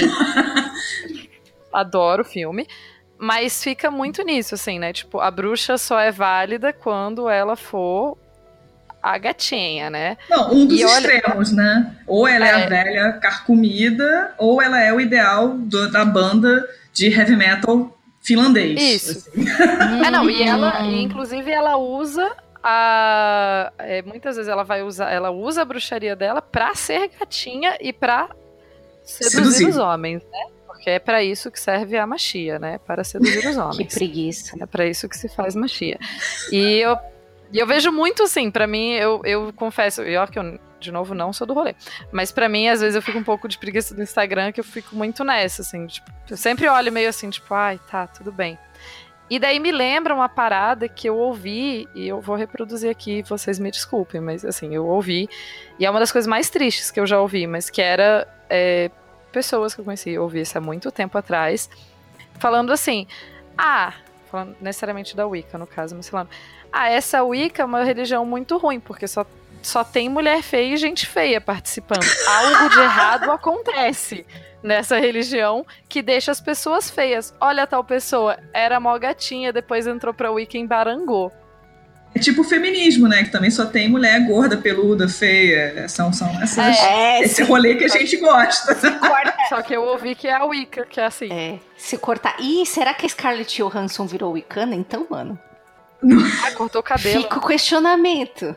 Speaker 5: adoro o filme. Mas fica muito nisso, assim, né? Tipo, a bruxa só é válida quando ela for a gatinha, né?
Speaker 4: Não, um dos
Speaker 5: e
Speaker 4: extremos, olha... né? Ou ela é, é a velha carcomida, ou ela é o ideal do, da banda de heavy metal finlandês.
Speaker 5: Isso.
Speaker 4: Assim.
Speaker 5: É, não, e ela, e, inclusive, ela usa a... É, muitas vezes ela vai usar, ela usa a bruxaria dela pra ser gatinha e pra seduzir, seduzir. os homens, né? Porque é pra isso que serve a magia, né? Para seduzir os homens.
Speaker 3: Que preguiça.
Speaker 5: É pra isso que se faz magia. E eu, e eu vejo muito, assim, pra mim, eu, eu confesso, eu que eu, de novo, não sou do rolê, mas pra mim, às vezes, eu fico um pouco de preguiça do Instagram, que eu fico muito nessa, assim, tipo, eu sempre olho meio assim, tipo, ai, tá, tudo bem. E daí me lembra uma parada que eu ouvi, e eu vou reproduzir aqui, vocês me desculpem, mas assim, eu ouvi, e é uma das coisas mais tristes que eu já ouvi, mas que era é, pessoas que eu conheci, eu ouvi isso há muito tempo atrás, falando assim, ah, falando necessariamente da Wicca, no caso, mas falando, ah, essa Wicca é uma religião muito ruim, porque só, só tem mulher feia e gente feia participando. Algo de errado acontece nessa religião que deixa as pessoas feias. Olha, tal pessoa era mó gatinha, depois entrou pra Wicca e embarangou.
Speaker 4: É tipo o feminismo, né? Que também só tem mulher gorda, peluda, feia. São, são essas,
Speaker 3: é,
Speaker 4: esse rolê que a gente gosta.
Speaker 5: Só que eu ouvi que é a Wicca, que é assim.
Speaker 3: É, se cortar... Ih, será que a Scarlett Johansson virou Wiccana? Então, mano...
Speaker 5: Ah, cortou o cabelo.
Speaker 3: Fica o questionamento.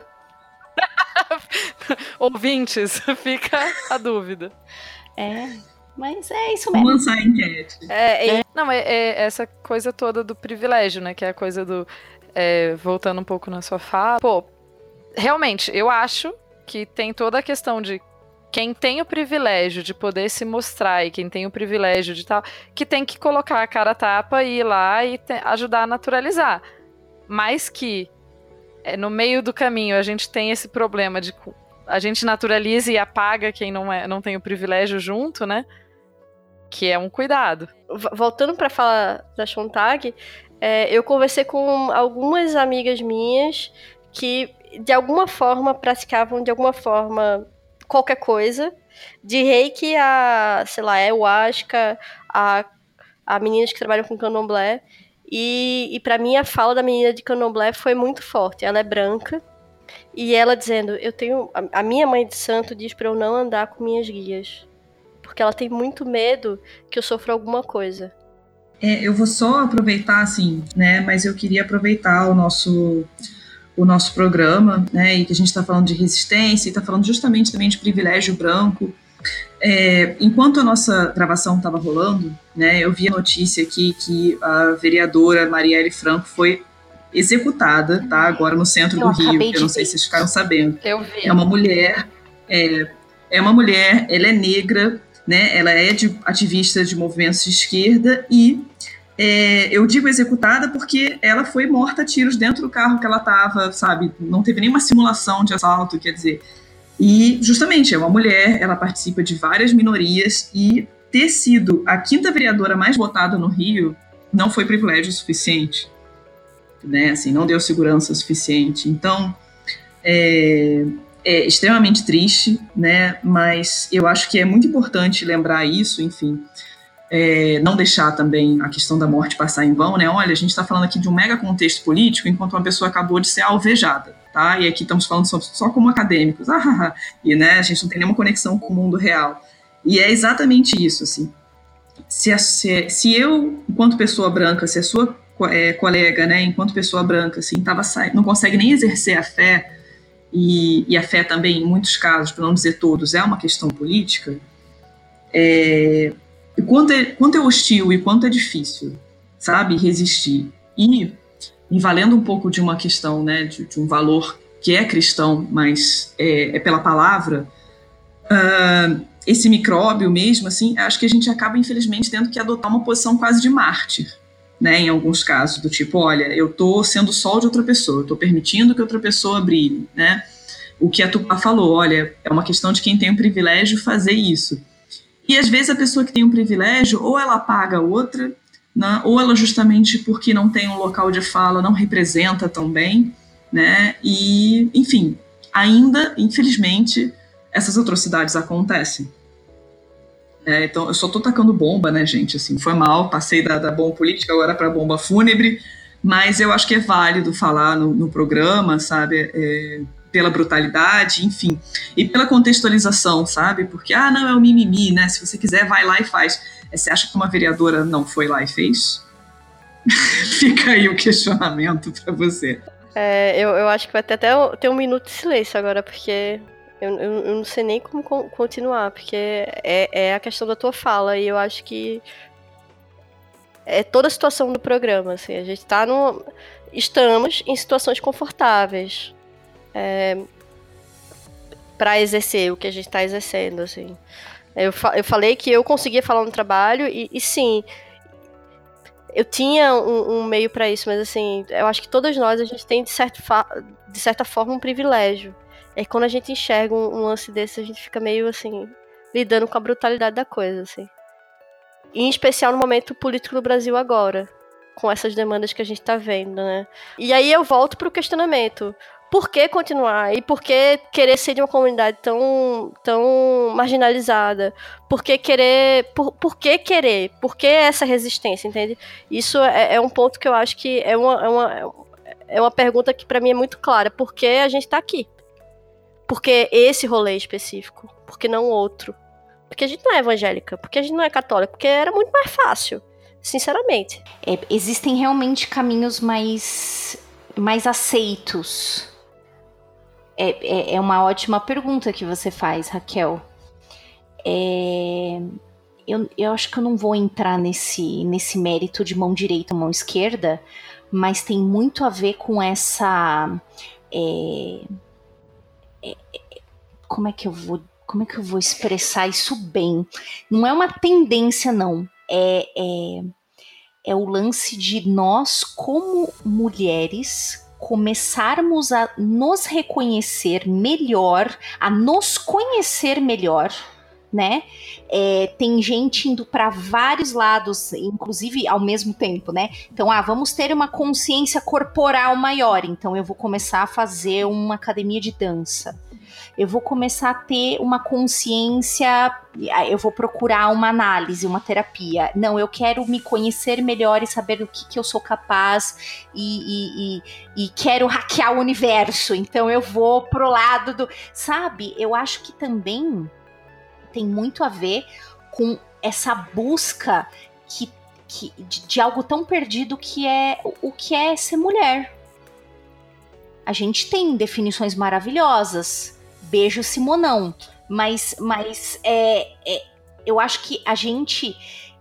Speaker 5: Ouvintes, fica a dúvida.
Speaker 3: É, mas é isso mesmo.
Speaker 4: Vamos lançar a enquete.
Speaker 5: É, é, não, é, é essa coisa toda do privilégio, né? Que é a coisa do... É, voltando um pouco na sua fala. Pô, realmente, eu acho que tem toda a questão de quem tem o privilégio de poder se mostrar e quem tem o privilégio de tal, que tem que colocar a cara a tapa e ir lá e te, ajudar a naturalizar. Mas que é, no meio do caminho a gente tem esse problema de a gente naturaliza e apaga quem não, é, não tem o privilégio junto, né? Que é um cuidado.
Speaker 2: Voltando para falar da Sontag, é, eu conversei com algumas amigas minhas que de alguma forma praticavam de alguma forma qualquer coisa, de reiki a, sei lá, ayahuasca, a, a meninas que trabalham com candomblé. E, e para mim a fala da menina de Candomblé foi muito forte. Ela é branca e ela dizendo, eu tenho a, a minha mãe de santo diz para eu não andar com minhas guias, porque ela tem muito medo que eu sofra alguma coisa.
Speaker 4: É, eu vou só aproveitar, assim, né, mas eu queria aproveitar o nosso, o nosso programa, né, e que a gente está falando de resistência, e está falando justamente também de privilégio branco. É, enquanto a nossa gravação estava rolando, né, eu vi a notícia aqui que a vereadora Marielle Franco foi executada, tá, agora no centro eu do Rio, eu não sei se vocês ficaram sabendo.
Speaker 5: Eu vi.
Speaker 4: É uma mulher, é, é uma mulher, ela é negra, né, ela é de, ativista de movimentos de esquerda e é, eu digo executada porque ela foi morta a tiros dentro do carro que ela estava, sabe, não teve nenhuma simulação de assalto, quer dizer, e justamente é uma mulher, ela participa de várias minorias e ter sido a quinta vereadora mais votada no Rio não foi privilégio suficiente, né, assim, não deu segurança suficiente, então é, é extremamente triste, né, mas eu acho que é muito importante lembrar isso, enfim, é, não deixar também a questão da morte passar em vão, né, olha, a gente está falando aqui de um mega contexto político, enquanto uma pessoa acabou de ser alvejada, tá, e aqui estamos falando só, só como acadêmicos, ah, e né, a gente não tem nenhuma conexão com o mundo real, e é exatamente isso, assim, se, a, se, se eu, enquanto pessoa branca, se a sua é, colega, né, enquanto pessoa branca, assim, tava, não consegue nem exercer a fé, e, e a fé também, em muitos casos, para não dizer todos, é uma questão política, é, quanto, é, quanto é hostil e quanto é difícil, sabe, resistir. E, e valendo um pouco de uma questão, né, de, de um valor que é cristão, mas é, é pela palavra, uh, esse micróbio mesmo, assim, acho que a gente acaba, infelizmente, tendo que adotar uma posição quase de mártir, né, em alguns casos, do tipo, olha, eu estou sendo o sol de outra pessoa, eu estou permitindo que outra pessoa brilhe, né, o que a Tupá falou, olha, é uma questão de quem tem o privilégio fazer isso, e às vezes a pessoa que tem um privilégio, ou ela apaga a outra, né, ou ela justamente porque não tem um local de fala, não representa tão bem, né, e, enfim, ainda, infelizmente, essas atrocidades acontecem. É, então, eu só tô tacando bomba, né, gente, assim, foi mal, passei da, da bomba política agora para bomba fúnebre, mas eu acho que é válido falar no, no programa, sabe, é, pela brutalidade, enfim, e pela contextualização, sabe, porque, ah, não, é o mimimi, né, se você quiser, vai lá e faz. É, você acha que uma vereadora não foi lá e fez? Fica aí o questionamento para você.
Speaker 2: É, eu, eu acho que vai ter até ter um minuto de silêncio agora, porque... Eu, eu, eu não sei nem como continuar, porque é, é a questão da tua fala, e eu acho que é toda a situação do programa, assim, a gente tá no... Estamos em situações confortáveis é, para exercer o que a gente tá exercendo, assim. Eu, fa- eu falei que eu conseguia falar no trabalho, e, e sim, eu tinha um, um meio para isso, mas assim, eu acho que todas nós, a gente tem de, certo fa- de certa forma um privilégio. É quando a gente enxerga um, um lance desse, a gente fica meio, assim, lidando com a brutalidade da coisa, assim. E, em especial no momento político do Brasil agora, com essas demandas que a gente tá vendo, né? E aí eu volto pro questionamento. Por que continuar? E por que querer ser de uma comunidade tão, tão marginalizada? Por que querer... Por, por que querer? Por que essa resistência, entende? Isso é, é um ponto que eu acho que é uma, é uma, é uma pergunta que pra mim é muito clara. Por que a gente tá aqui? Porque esse rolê específico, porque não outro. Porque a gente não é evangélica, porque a gente não é católica, porque era muito mais fácil, sinceramente.
Speaker 3: É, existem realmente caminhos mais, mais aceitos. É, é, é uma ótima pergunta que você faz, Raquel. É, eu, eu acho que eu não vou entrar nesse, nesse mérito de mão direita ou mão esquerda, mas tem muito a ver com essa... É, como é que eu vou como é que eu vou expressar isso bem? Não é uma tendência, não. É, é, é o lance de nós, como mulheres, começarmos a nos reconhecer melhor, a nos conhecer melhor, né? É, tem gente indo para vários lados, inclusive ao mesmo tempo, né? Então, ah, vamos ter uma consciência corporal maior, então eu vou começar a fazer uma academia de dança. eu vou começar a ter uma consciência, eu vou procurar uma análise, uma terapia. Não, eu quero me conhecer melhor e saber do que, que eu sou capaz e, e, e, e quero hackear o universo, então eu vou pro lado do... Sabe, eu acho que também tem muito a ver com essa busca que, que, de, de algo tão perdido que é o que é ser mulher. A gente tem definições maravilhosas, beijo Simonão, mas, mas é, é, eu acho que a gente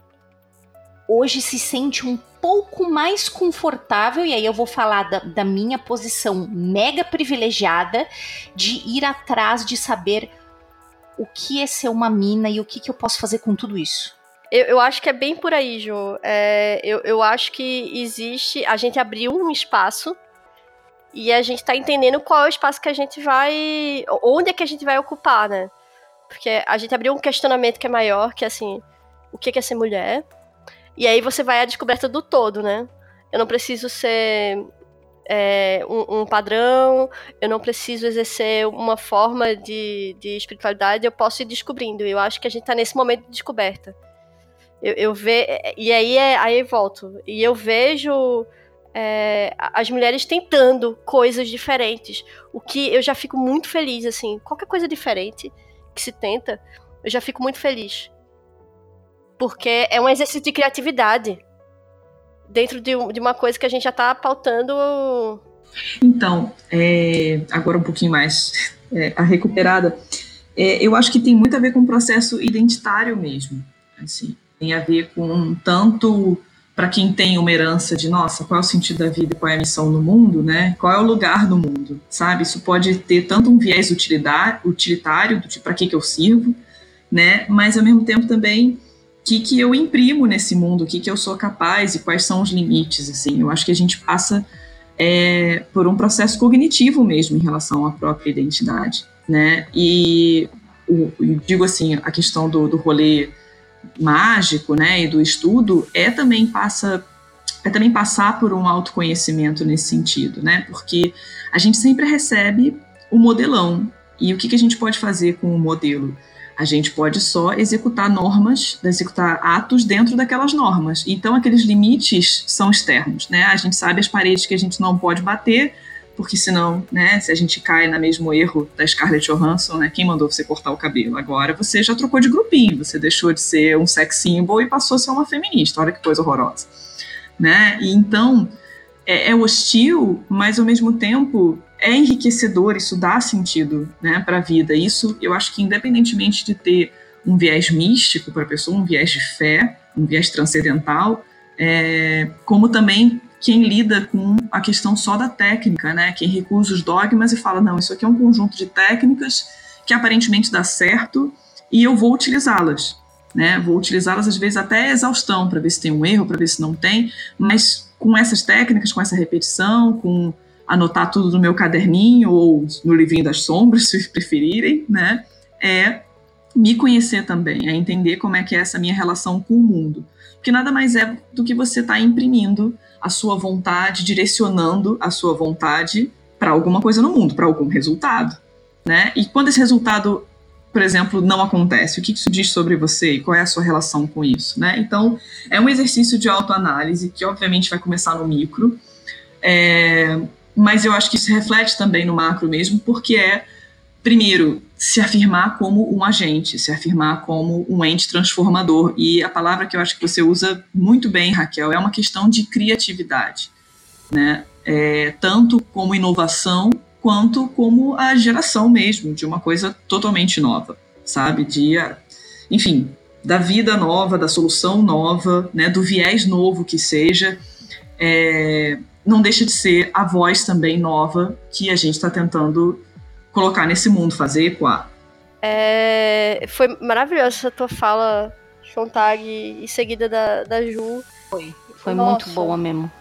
Speaker 3: hoje se sente um pouco mais confortável, e aí eu vou falar da, da minha posição mega privilegiada de ir atrás de saber o que é ser uma mina e o que, que eu posso fazer com tudo isso.
Speaker 2: Eu, eu acho que é bem por aí, Jo. É, eu, eu acho que existe... A gente abriu um espaço e a gente tá entendendo qual é o espaço que a gente vai... Onde é que a gente vai ocupar, né? Porque a gente abriu um questionamento que é maior, que é assim... O que é ser mulher? E aí você vai à descoberta do todo, né? Eu não preciso ser... É, um, um padrão, eu não preciso exercer uma forma de, de espiritualidade, eu posso ir descobrindo. Eu acho que a gente tá nesse momento de descoberta. Eu, eu ve, e aí, é, aí eu volto. E eu vejo é, as mulheres tentando coisas diferentes. O que eu já fico muito feliz, assim. Qualquer coisa diferente que se tenta, eu já fico muito feliz. Porque é um exercício de criatividade. Dentro de, de uma coisa que a gente já está pautando.
Speaker 4: Então, é, agora um pouquinho mais é, a recuperada, é, eu acho que tem muito a ver com o processo identitário mesmo. Assim, tem a ver com tanto para quem tem uma herança de, nossa, qual é o sentido da vida, qual é a missão no mundo, né? Qual é o lugar no mundo, sabe? Isso pode ter tanto um viés utilitário, do tipo, para que que eu sirvo, né? Mas, ao mesmo tempo, também... O que, que eu imprimo nesse mundo, o que, que eu sou capaz e quais são os limites, assim. Eu acho que a gente passa é, por um processo cognitivo mesmo em relação à própria identidade, né? E o, eu digo assim, a questão do, do rolê mágico, né, e do estudo é também, passa, é também passar por um autoconhecimento nesse sentido, né? Porque a gente sempre recebe o modelão. E o que, que a gente pode fazer com o modelo? A gente pode só executar normas, executar atos dentro daquelas normas. Então, aqueles limites são externos, né? A gente sabe as paredes que a gente não pode bater, porque senão, né, se a gente cai no mesmo erro da Scarlett Johansson, né, quem mandou você cortar o cabelo? Agora você já trocou de grupinho, você deixou de ser um sex symbol e passou a ser uma feminista. Olha que coisa horrorosa, né? E então, é, é hostil, mas ao mesmo tempo... é enriquecedor, isso dá sentido, né, para a vida. Isso, eu acho que independentemente de ter um viés místico para a pessoa, um viés de fé, um viés transcendental, é, como também quem lida com a questão só da técnica, né, quem recusa os dogmas e fala, não, isso aqui é um conjunto de técnicas que aparentemente dá certo e eu vou utilizá-las, né, vou utilizá-las às vezes até a exaustão, para ver se tem um erro, para ver se não tem, mas com essas técnicas, com essa repetição, com anotar tudo no meu caderninho ou no livrinho das sombras, se preferirem, né? É me conhecer também, é entender como é que é essa minha relação com o mundo. Porque nada mais é do que você estar tá imprimindo a sua vontade, direcionando a sua vontade para alguma coisa no mundo, para algum resultado, né? E quando esse resultado, por exemplo, não acontece, o que isso diz sobre você e qual é a sua relação com isso, né? Então, é um exercício de autoanálise que, obviamente, vai começar no micro, é... mas eu acho que isso reflete também no macro mesmo, porque é, primeiro, se afirmar como um agente, se afirmar como um ente transformador. E a palavra que eu acho que você usa muito bem, Raquel, é uma questão de criatividade, né? É, tanto como inovação, quanto como a geração mesmo de uma coisa totalmente nova, sabe? De, enfim, da vida nova, da solução nova, né? Do viés novo que seja. É... não deixa de ser a voz também nova que a gente está tentando colocar nesse mundo, fazer ecoar.
Speaker 2: É, foi maravilhosa essa tua fala, Chontag, e seguida da, da Ju.
Speaker 3: Foi, foi muito boa mesmo.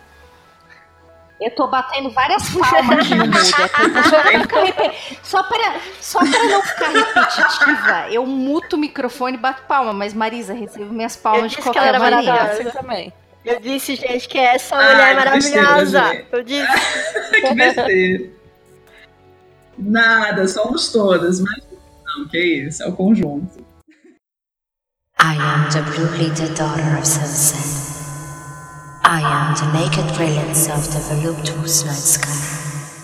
Speaker 3: Eu tô batendo várias palmas no mudo. Só pra, ficar rep... só, pra, só pra não ficar repetitiva, eu muto o microfone e bato palma, mas Marisa, recebo minhas palmas de qualquer maneira.
Speaker 5: Você também.
Speaker 2: Eu disse, gente, que essa mulher é maravilhosa.
Speaker 4: Besteira,
Speaker 2: eu disse.
Speaker 4: Que besteira. Nada, somos todas, mas não, que isso, é o conjunto.
Speaker 1: I am the blue-lidded daughter of sunset. I am the naked brilliance of the voluptuous night sky.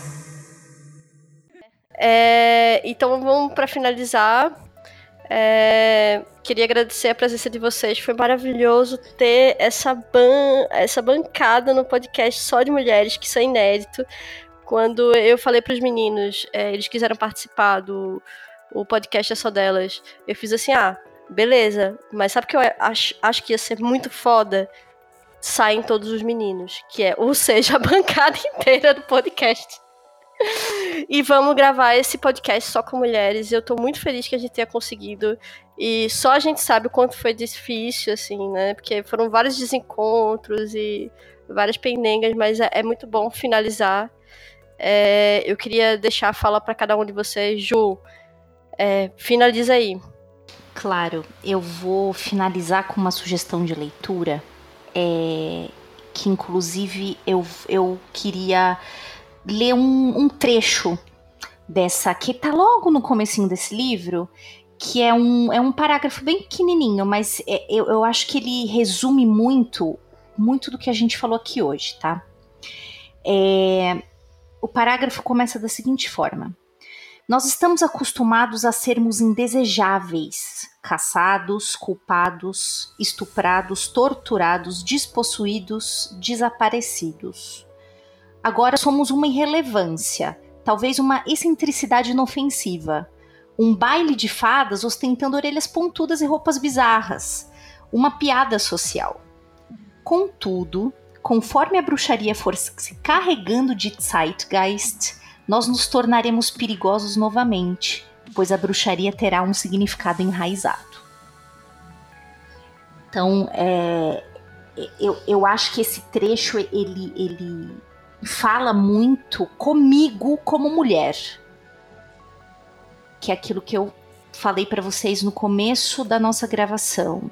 Speaker 2: É, então vamos para finalizar. É, queria agradecer a presença de vocês. Foi maravilhoso ter essa, ban essa bancada no podcast só de mulheres, que isso é inédito. Quando eu falei para os meninos, é, eles quiseram participar do o podcast é só delas, eu fiz assim, ah, beleza, mas sabe o que eu acho, acho que ia ser muito foda? Saem todos os meninos, que é, ou seja, a bancada inteira do podcast. E vamos gravar esse podcast só com mulheres. Eu tô muito feliz que a gente tenha conseguido. E só a gente sabe o quanto foi difícil, assim, né? Porque foram vários desencontros e várias pendengas, mas é, é muito bom finalizar. É, eu queria deixar a fala para cada um de vocês. Ju, é, finaliza aí.
Speaker 3: Claro, eu vou finalizar com uma sugestão de leitura, é, que inclusive eu, eu queria ler um, um trecho dessa, que tá logo no comecinho desse livro, que é um, é um parágrafo bem pequenininho, mas é, eu, eu acho que ele resume muito, muito do que a gente falou aqui hoje, tá? É, o parágrafo começa da seguinte forma: nós estamos acostumados a sermos indesejáveis, caçados, culpados, estuprados, torturados, despossuídos, desaparecidos. Agora somos uma irrelevância, talvez uma excentricidade inofensiva, um baile de fadas ostentando orelhas pontudas e roupas bizarras, uma piada social. Contudo, conforme a bruxaria for se carregando de Zeitgeist, nós nos tornaremos perigosos novamente, pois a bruxaria terá um significado enraizado. Então, é, eu, eu acho que esse trecho, ele, ele fala muito comigo como mulher, que é aquilo que eu falei para vocês no começo da nossa gravação.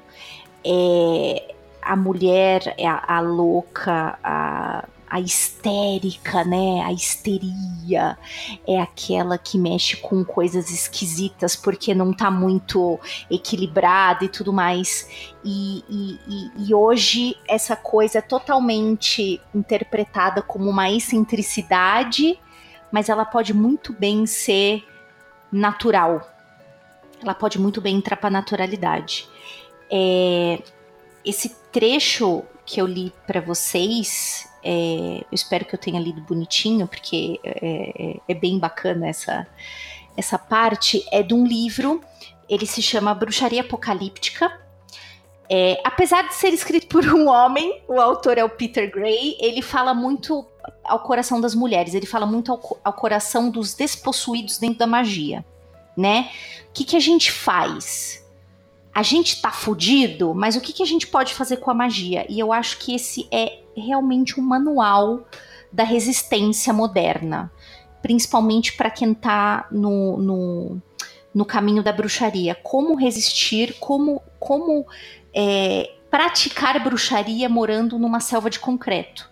Speaker 3: É, a mulher é a, a louca, a... a histérica, né, a histeria, é aquela que mexe com coisas esquisitas porque não tá muito equilibrada e tudo mais, e, e, e, e hoje essa coisa é totalmente interpretada como uma excentricidade, mas ela pode muito bem ser natural, ela pode muito bem entrar pra naturalidade. É, esse trecho que eu li para vocês, é, eu espero que eu tenha lido bonitinho, porque é, é, é bem bacana essa, essa parte, é de um livro, ele se chama Bruxaria Apocalíptica. É, apesar de ser escrito por um homem, o autor é o Peter Gray, ele fala muito ao coração das mulheres, ele fala muito ao, ao coração dos despossuídos dentro da magia, né? O que, que a gente faz? A gente tá fudido, mas o que, que a gente pode fazer com a magia? E eu acho que esse é realmente um manual da resistência moderna, principalmente para quem tá no, no, no caminho da bruxaria. Como resistir, como, como é, praticar bruxaria morando numa selva de concreto.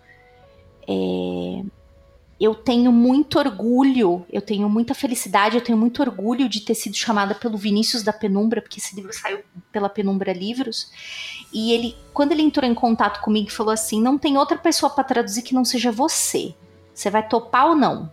Speaker 3: É... Eu tenho muito orgulho, eu tenho muita felicidade, eu tenho muito orgulho de ter sido chamada pelo Vinícius da Penumbra, porque esse livro saiu pela Penumbra Livros, e ele, quando ele entrou em contato comigo, falou assim, não tem outra pessoa para traduzir que não seja você, você vai topar ou não?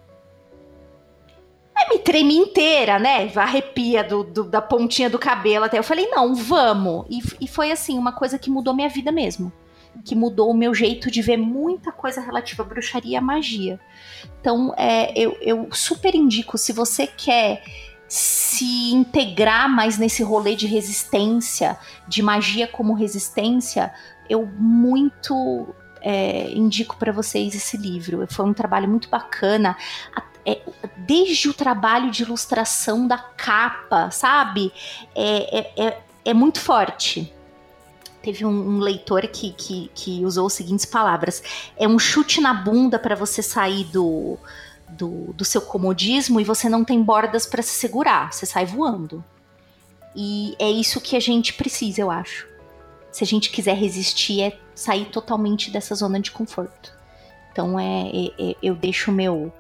Speaker 3: Aí me tremi inteira, né, arrepia do, do, da pontinha do cabelo até, eu falei, não, vamos, e, e foi assim, uma coisa que mudou minha vida mesmo, que mudou o meu jeito de ver muita coisa relativa à bruxaria e à magia. Então, é, eu, eu super indico, se você quer se integrar mais nesse rolê de resistência, de magia como resistência, eu muito é, indico para vocês esse livro. Foi um trabalho muito bacana, é, desde o trabalho de ilustração da capa, sabe? É, é, é, é muito forte. Teve um, um leitor que, que, que usou as seguintes palavras: é um chute na bunda para você sair do, do, do seu comodismo e você não tem bordas para se segurar, você sai voando. E é isso que a gente precisa, eu acho. Se a gente quiser resistir, é sair totalmente dessa zona de conforto. Então é, é, é, eu deixo o meu,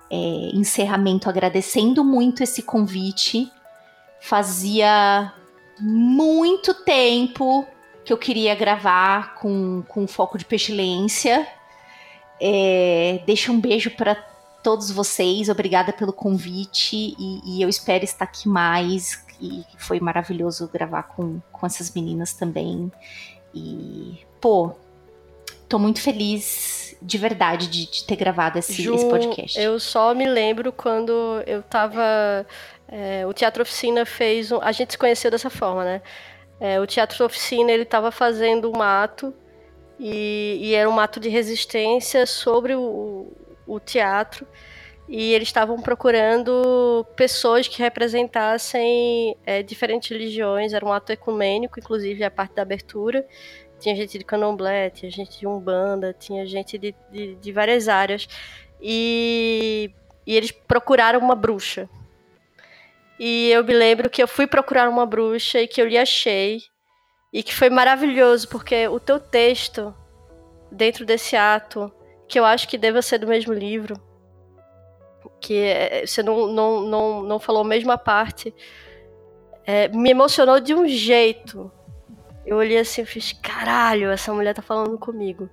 Speaker 3: é, encerramento agradecendo muito esse convite. Fazia muito tempo que eu queria gravar com, com foco de pestilência. É, deixo um beijo para todos vocês, obrigada pelo convite e, e eu espero estar aqui mais. E foi maravilhoso gravar com, com essas meninas também. E, pô, tô muito feliz de verdade de, de ter gravado esse,
Speaker 2: Ju,
Speaker 3: esse podcast.
Speaker 2: Eu só me lembro quando eu tava... É, o Teatro Oficina fez... Um, a gente se conheceu dessa forma, né? É, o Teatro Oficina, ele tava fazendo um ato e, e era um ato de resistência sobre o, o teatro. E eles estavam procurando pessoas que representassem é, diferentes religiões. Era um ato ecumênico, inclusive a parte da abertura. Tinha gente de candomblé, tinha gente de umbanda, tinha gente de, de, de várias áreas. E, e eles procuraram uma bruxa. E eu me lembro que eu fui procurar uma bruxa e que eu lhe achei. E que foi maravilhoso, porque o teu texto, dentro desse ato, que eu acho que deva ser do mesmo livro, que você não, não, não, não falou a mesma parte, é, me emocionou de um jeito. Eu olhei assim e fiz, caralho, essa mulher tá falando comigo.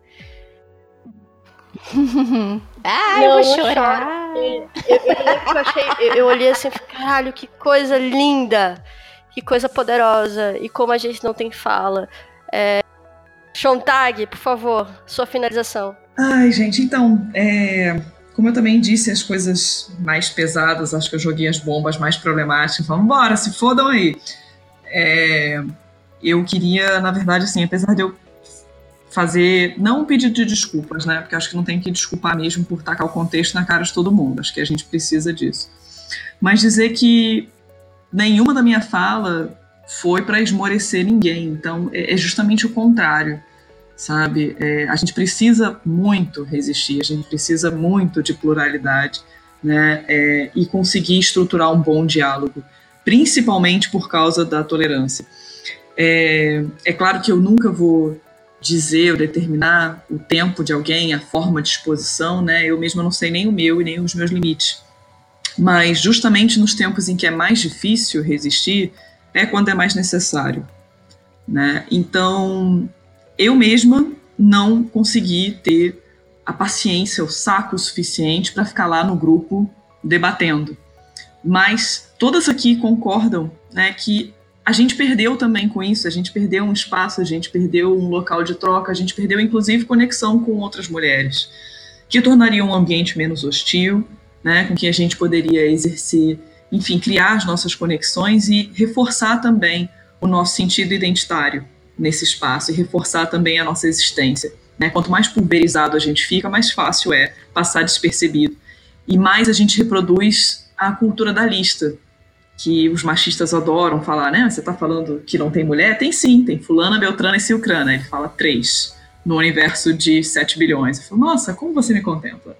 Speaker 3: Ai, não, eu vou chorar.
Speaker 2: Eu, eu, eu, achei, eu, eu olhei assim e falei, caralho, que coisa linda, que coisa poderosa, e como a gente não tem fala. É, Sontag, por favor, sua finalização.
Speaker 4: Ai, gente, então, é... como eu também disse as coisas mais pesadas, acho que eu joguei as bombas mais problemáticas, vamos embora, se fodam aí. É, eu queria, na verdade, assim, apesar de eu fazer, não um pedido de desculpas, né, porque acho que não tem que desculpar mesmo por tacar o contexto na cara de todo mundo, acho que a gente precisa disso. Mas dizer que nenhuma da minha fala foi para esmorecer ninguém, então é justamente o contrário. Sabe, é, a gente precisa muito resistir, a gente precisa muito de pluralidade, né, é, e conseguir estruturar um bom diálogo, principalmente por causa da tolerância. É, é claro que eu nunca vou dizer ou determinar o tempo de alguém, a forma de exposição, né, eu mesma não sei nem o meu e nem os meus limites, mas justamente nos tempos em que é mais difícil resistir, é quando é mais necessário, né, então... Eu mesma não consegui ter a paciência, o saco suficiente para ficar lá no grupo debatendo. Mas todas aqui concordam, né, que a gente perdeu também com isso, a gente perdeu um espaço, a gente perdeu um local de troca, a gente perdeu inclusive conexão com outras mulheres, que tornaria um ambiente menos hostil, né, com que a gente poderia exercer, enfim, criar as nossas conexões e reforçar também o nosso sentido identitário nesse espaço e reforçar também a nossa existência, né? Quanto mais pulverizado a gente fica, mais fácil é passar despercebido. E mais a gente reproduz a cultura da lista, que os machistas adoram falar, né? Você está falando que não tem mulher? Tem sim, tem fulana, beltrana e cicrana. Ele fala três, no universo de sete bilhões. Eu falo, nossa, como você me contempla?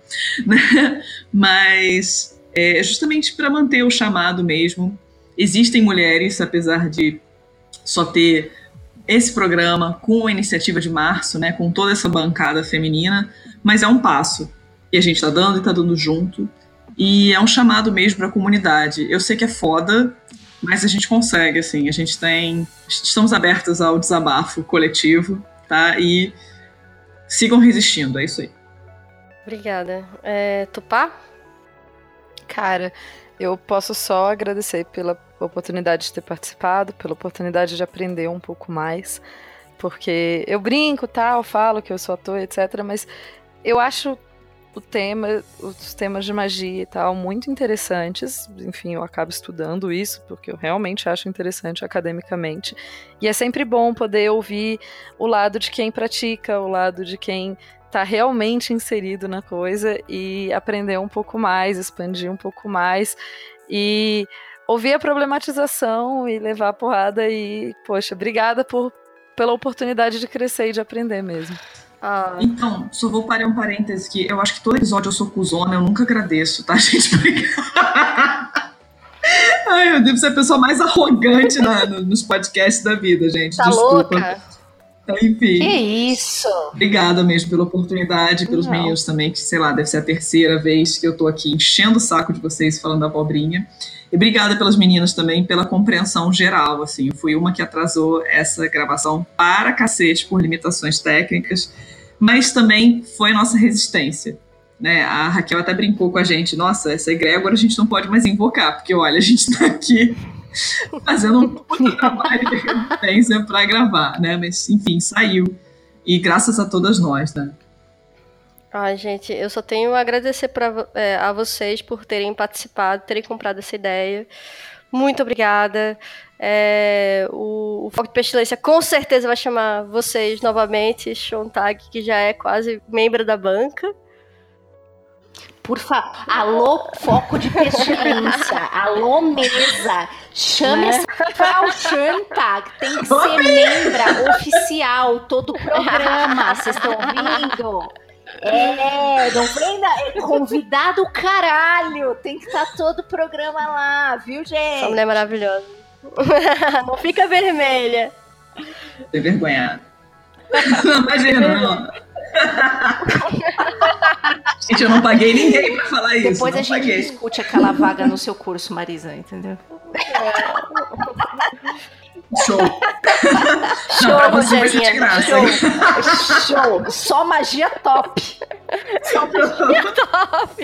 Speaker 4: Mas é justamente para manter o chamado mesmo. Existem mulheres, apesar de só ter esse programa com a iniciativa de março, né, com toda essa bancada feminina, mas é um passo que a gente está dando e está dando junto, e é um chamado mesmo para a comunidade. Eu sei que é foda, mas a gente consegue, assim, a gente tem, estamos abertos ao desabafo coletivo, tá, e sigam resistindo, é isso aí.
Speaker 2: Obrigada. É, Tupá?
Speaker 5: Cara, eu posso só agradecer pela oportunidade de ter participado, pela oportunidade de aprender um pouco mais, porque eu brinco, tal, falo que eu sou ator, etcétera, mas eu acho o tema, os temas de magia e tal, muito interessantes. Enfim, eu acabo estudando isso, porque eu realmente acho interessante academicamente, e é sempre bom poder ouvir o lado de quem pratica, o lado de quem tá realmente inserido na coisa e aprender um pouco mais, expandir um pouco mais e ouvir a problematização e levar a porrada e, poxa, obrigada por, pela oportunidade de crescer e de aprender mesmo.
Speaker 2: Ah.
Speaker 4: Então, só vou parar um parêntese que eu acho que todo episódio eu sou cuzona, eu nunca agradeço, tá, gente? Ai, eu devo ser a pessoa mais arrogante na, no, nos podcasts da vida, gente.
Speaker 2: Tá
Speaker 4: Desculpa.
Speaker 2: louca?
Speaker 4: Enfim.
Speaker 3: Que isso!
Speaker 4: Obrigada mesmo pela oportunidade, pelos
Speaker 2: Não.
Speaker 4: meninos também, que, sei lá, deve ser a terceira vez que eu tô aqui enchendo o saco de vocês falando da abobrinha. E obrigada pelas meninas também pela compreensão geral, assim. Eu fui uma que atrasou essa gravação para cacete por limitações técnicas, mas também foi nossa resistência, né? A Raquel até brincou com a gente, nossa, essa egrégora a gente não pode mais invocar, porque olha, a gente tá aqui fazendo um puta trabalho de resistência para gravar, né? Mas enfim, saiu. E graças a todas nós, né?
Speaker 2: Ai, gente, eu só tenho a agradecer pra, é, a vocês por terem participado, terem comprado essa ideia. Muito obrigada. É, o, o Foco de Pestilência com certeza vai chamar vocês novamente, Chontag, que já é quase membro da banca.
Speaker 3: Por favor, alô, Foco de Pestilência, alô, mesa, chame essa Frau Chontag, tem que ser membra oficial, todo o programa, vocês estão ouvindo? É, não vem na, é convidado caralho, tem que estar todo o programa lá, viu, gente?
Speaker 2: Essa mulher maravilhosa. Não fica vermelha.
Speaker 4: Ter vergonhado. Não, imagina, não. Gente, eu não paguei ninguém pra falar isso.
Speaker 3: Depois
Speaker 4: não
Speaker 3: a gente
Speaker 4: paguei.
Speaker 3: discute aquela vaga no seu curso, Marisa, entendeu?
Speaker 4: Show.
Speaker 2: Show,
Speaker 4: Não, pra você vai ser de
Speaker 2: Rogerinha.
Speaker 4: graça.
Speaker 3: Show,
Speaker 4: hein?
Speaker 3: show, só magia top. Só magia
Speaker 2: Top!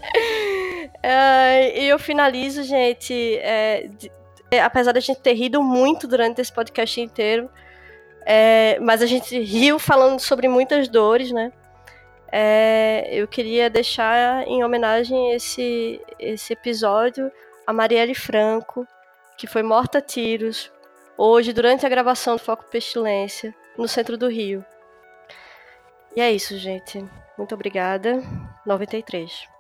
Speaker 2: É, e eu finalizo, gente. é, de- é, apesar da gente ter rido muito durante esse podcast inteiro, é, mas a gente riu falando sobre muitas dores, né? É, eu queria deixar em homenagem esse, esse episódio a Marielle Franco, que foi morta a tiros hoje durante a gravação do Foco Pestilência no centro do Rio. E é isso, gente. Muito obrigada. noventa e três.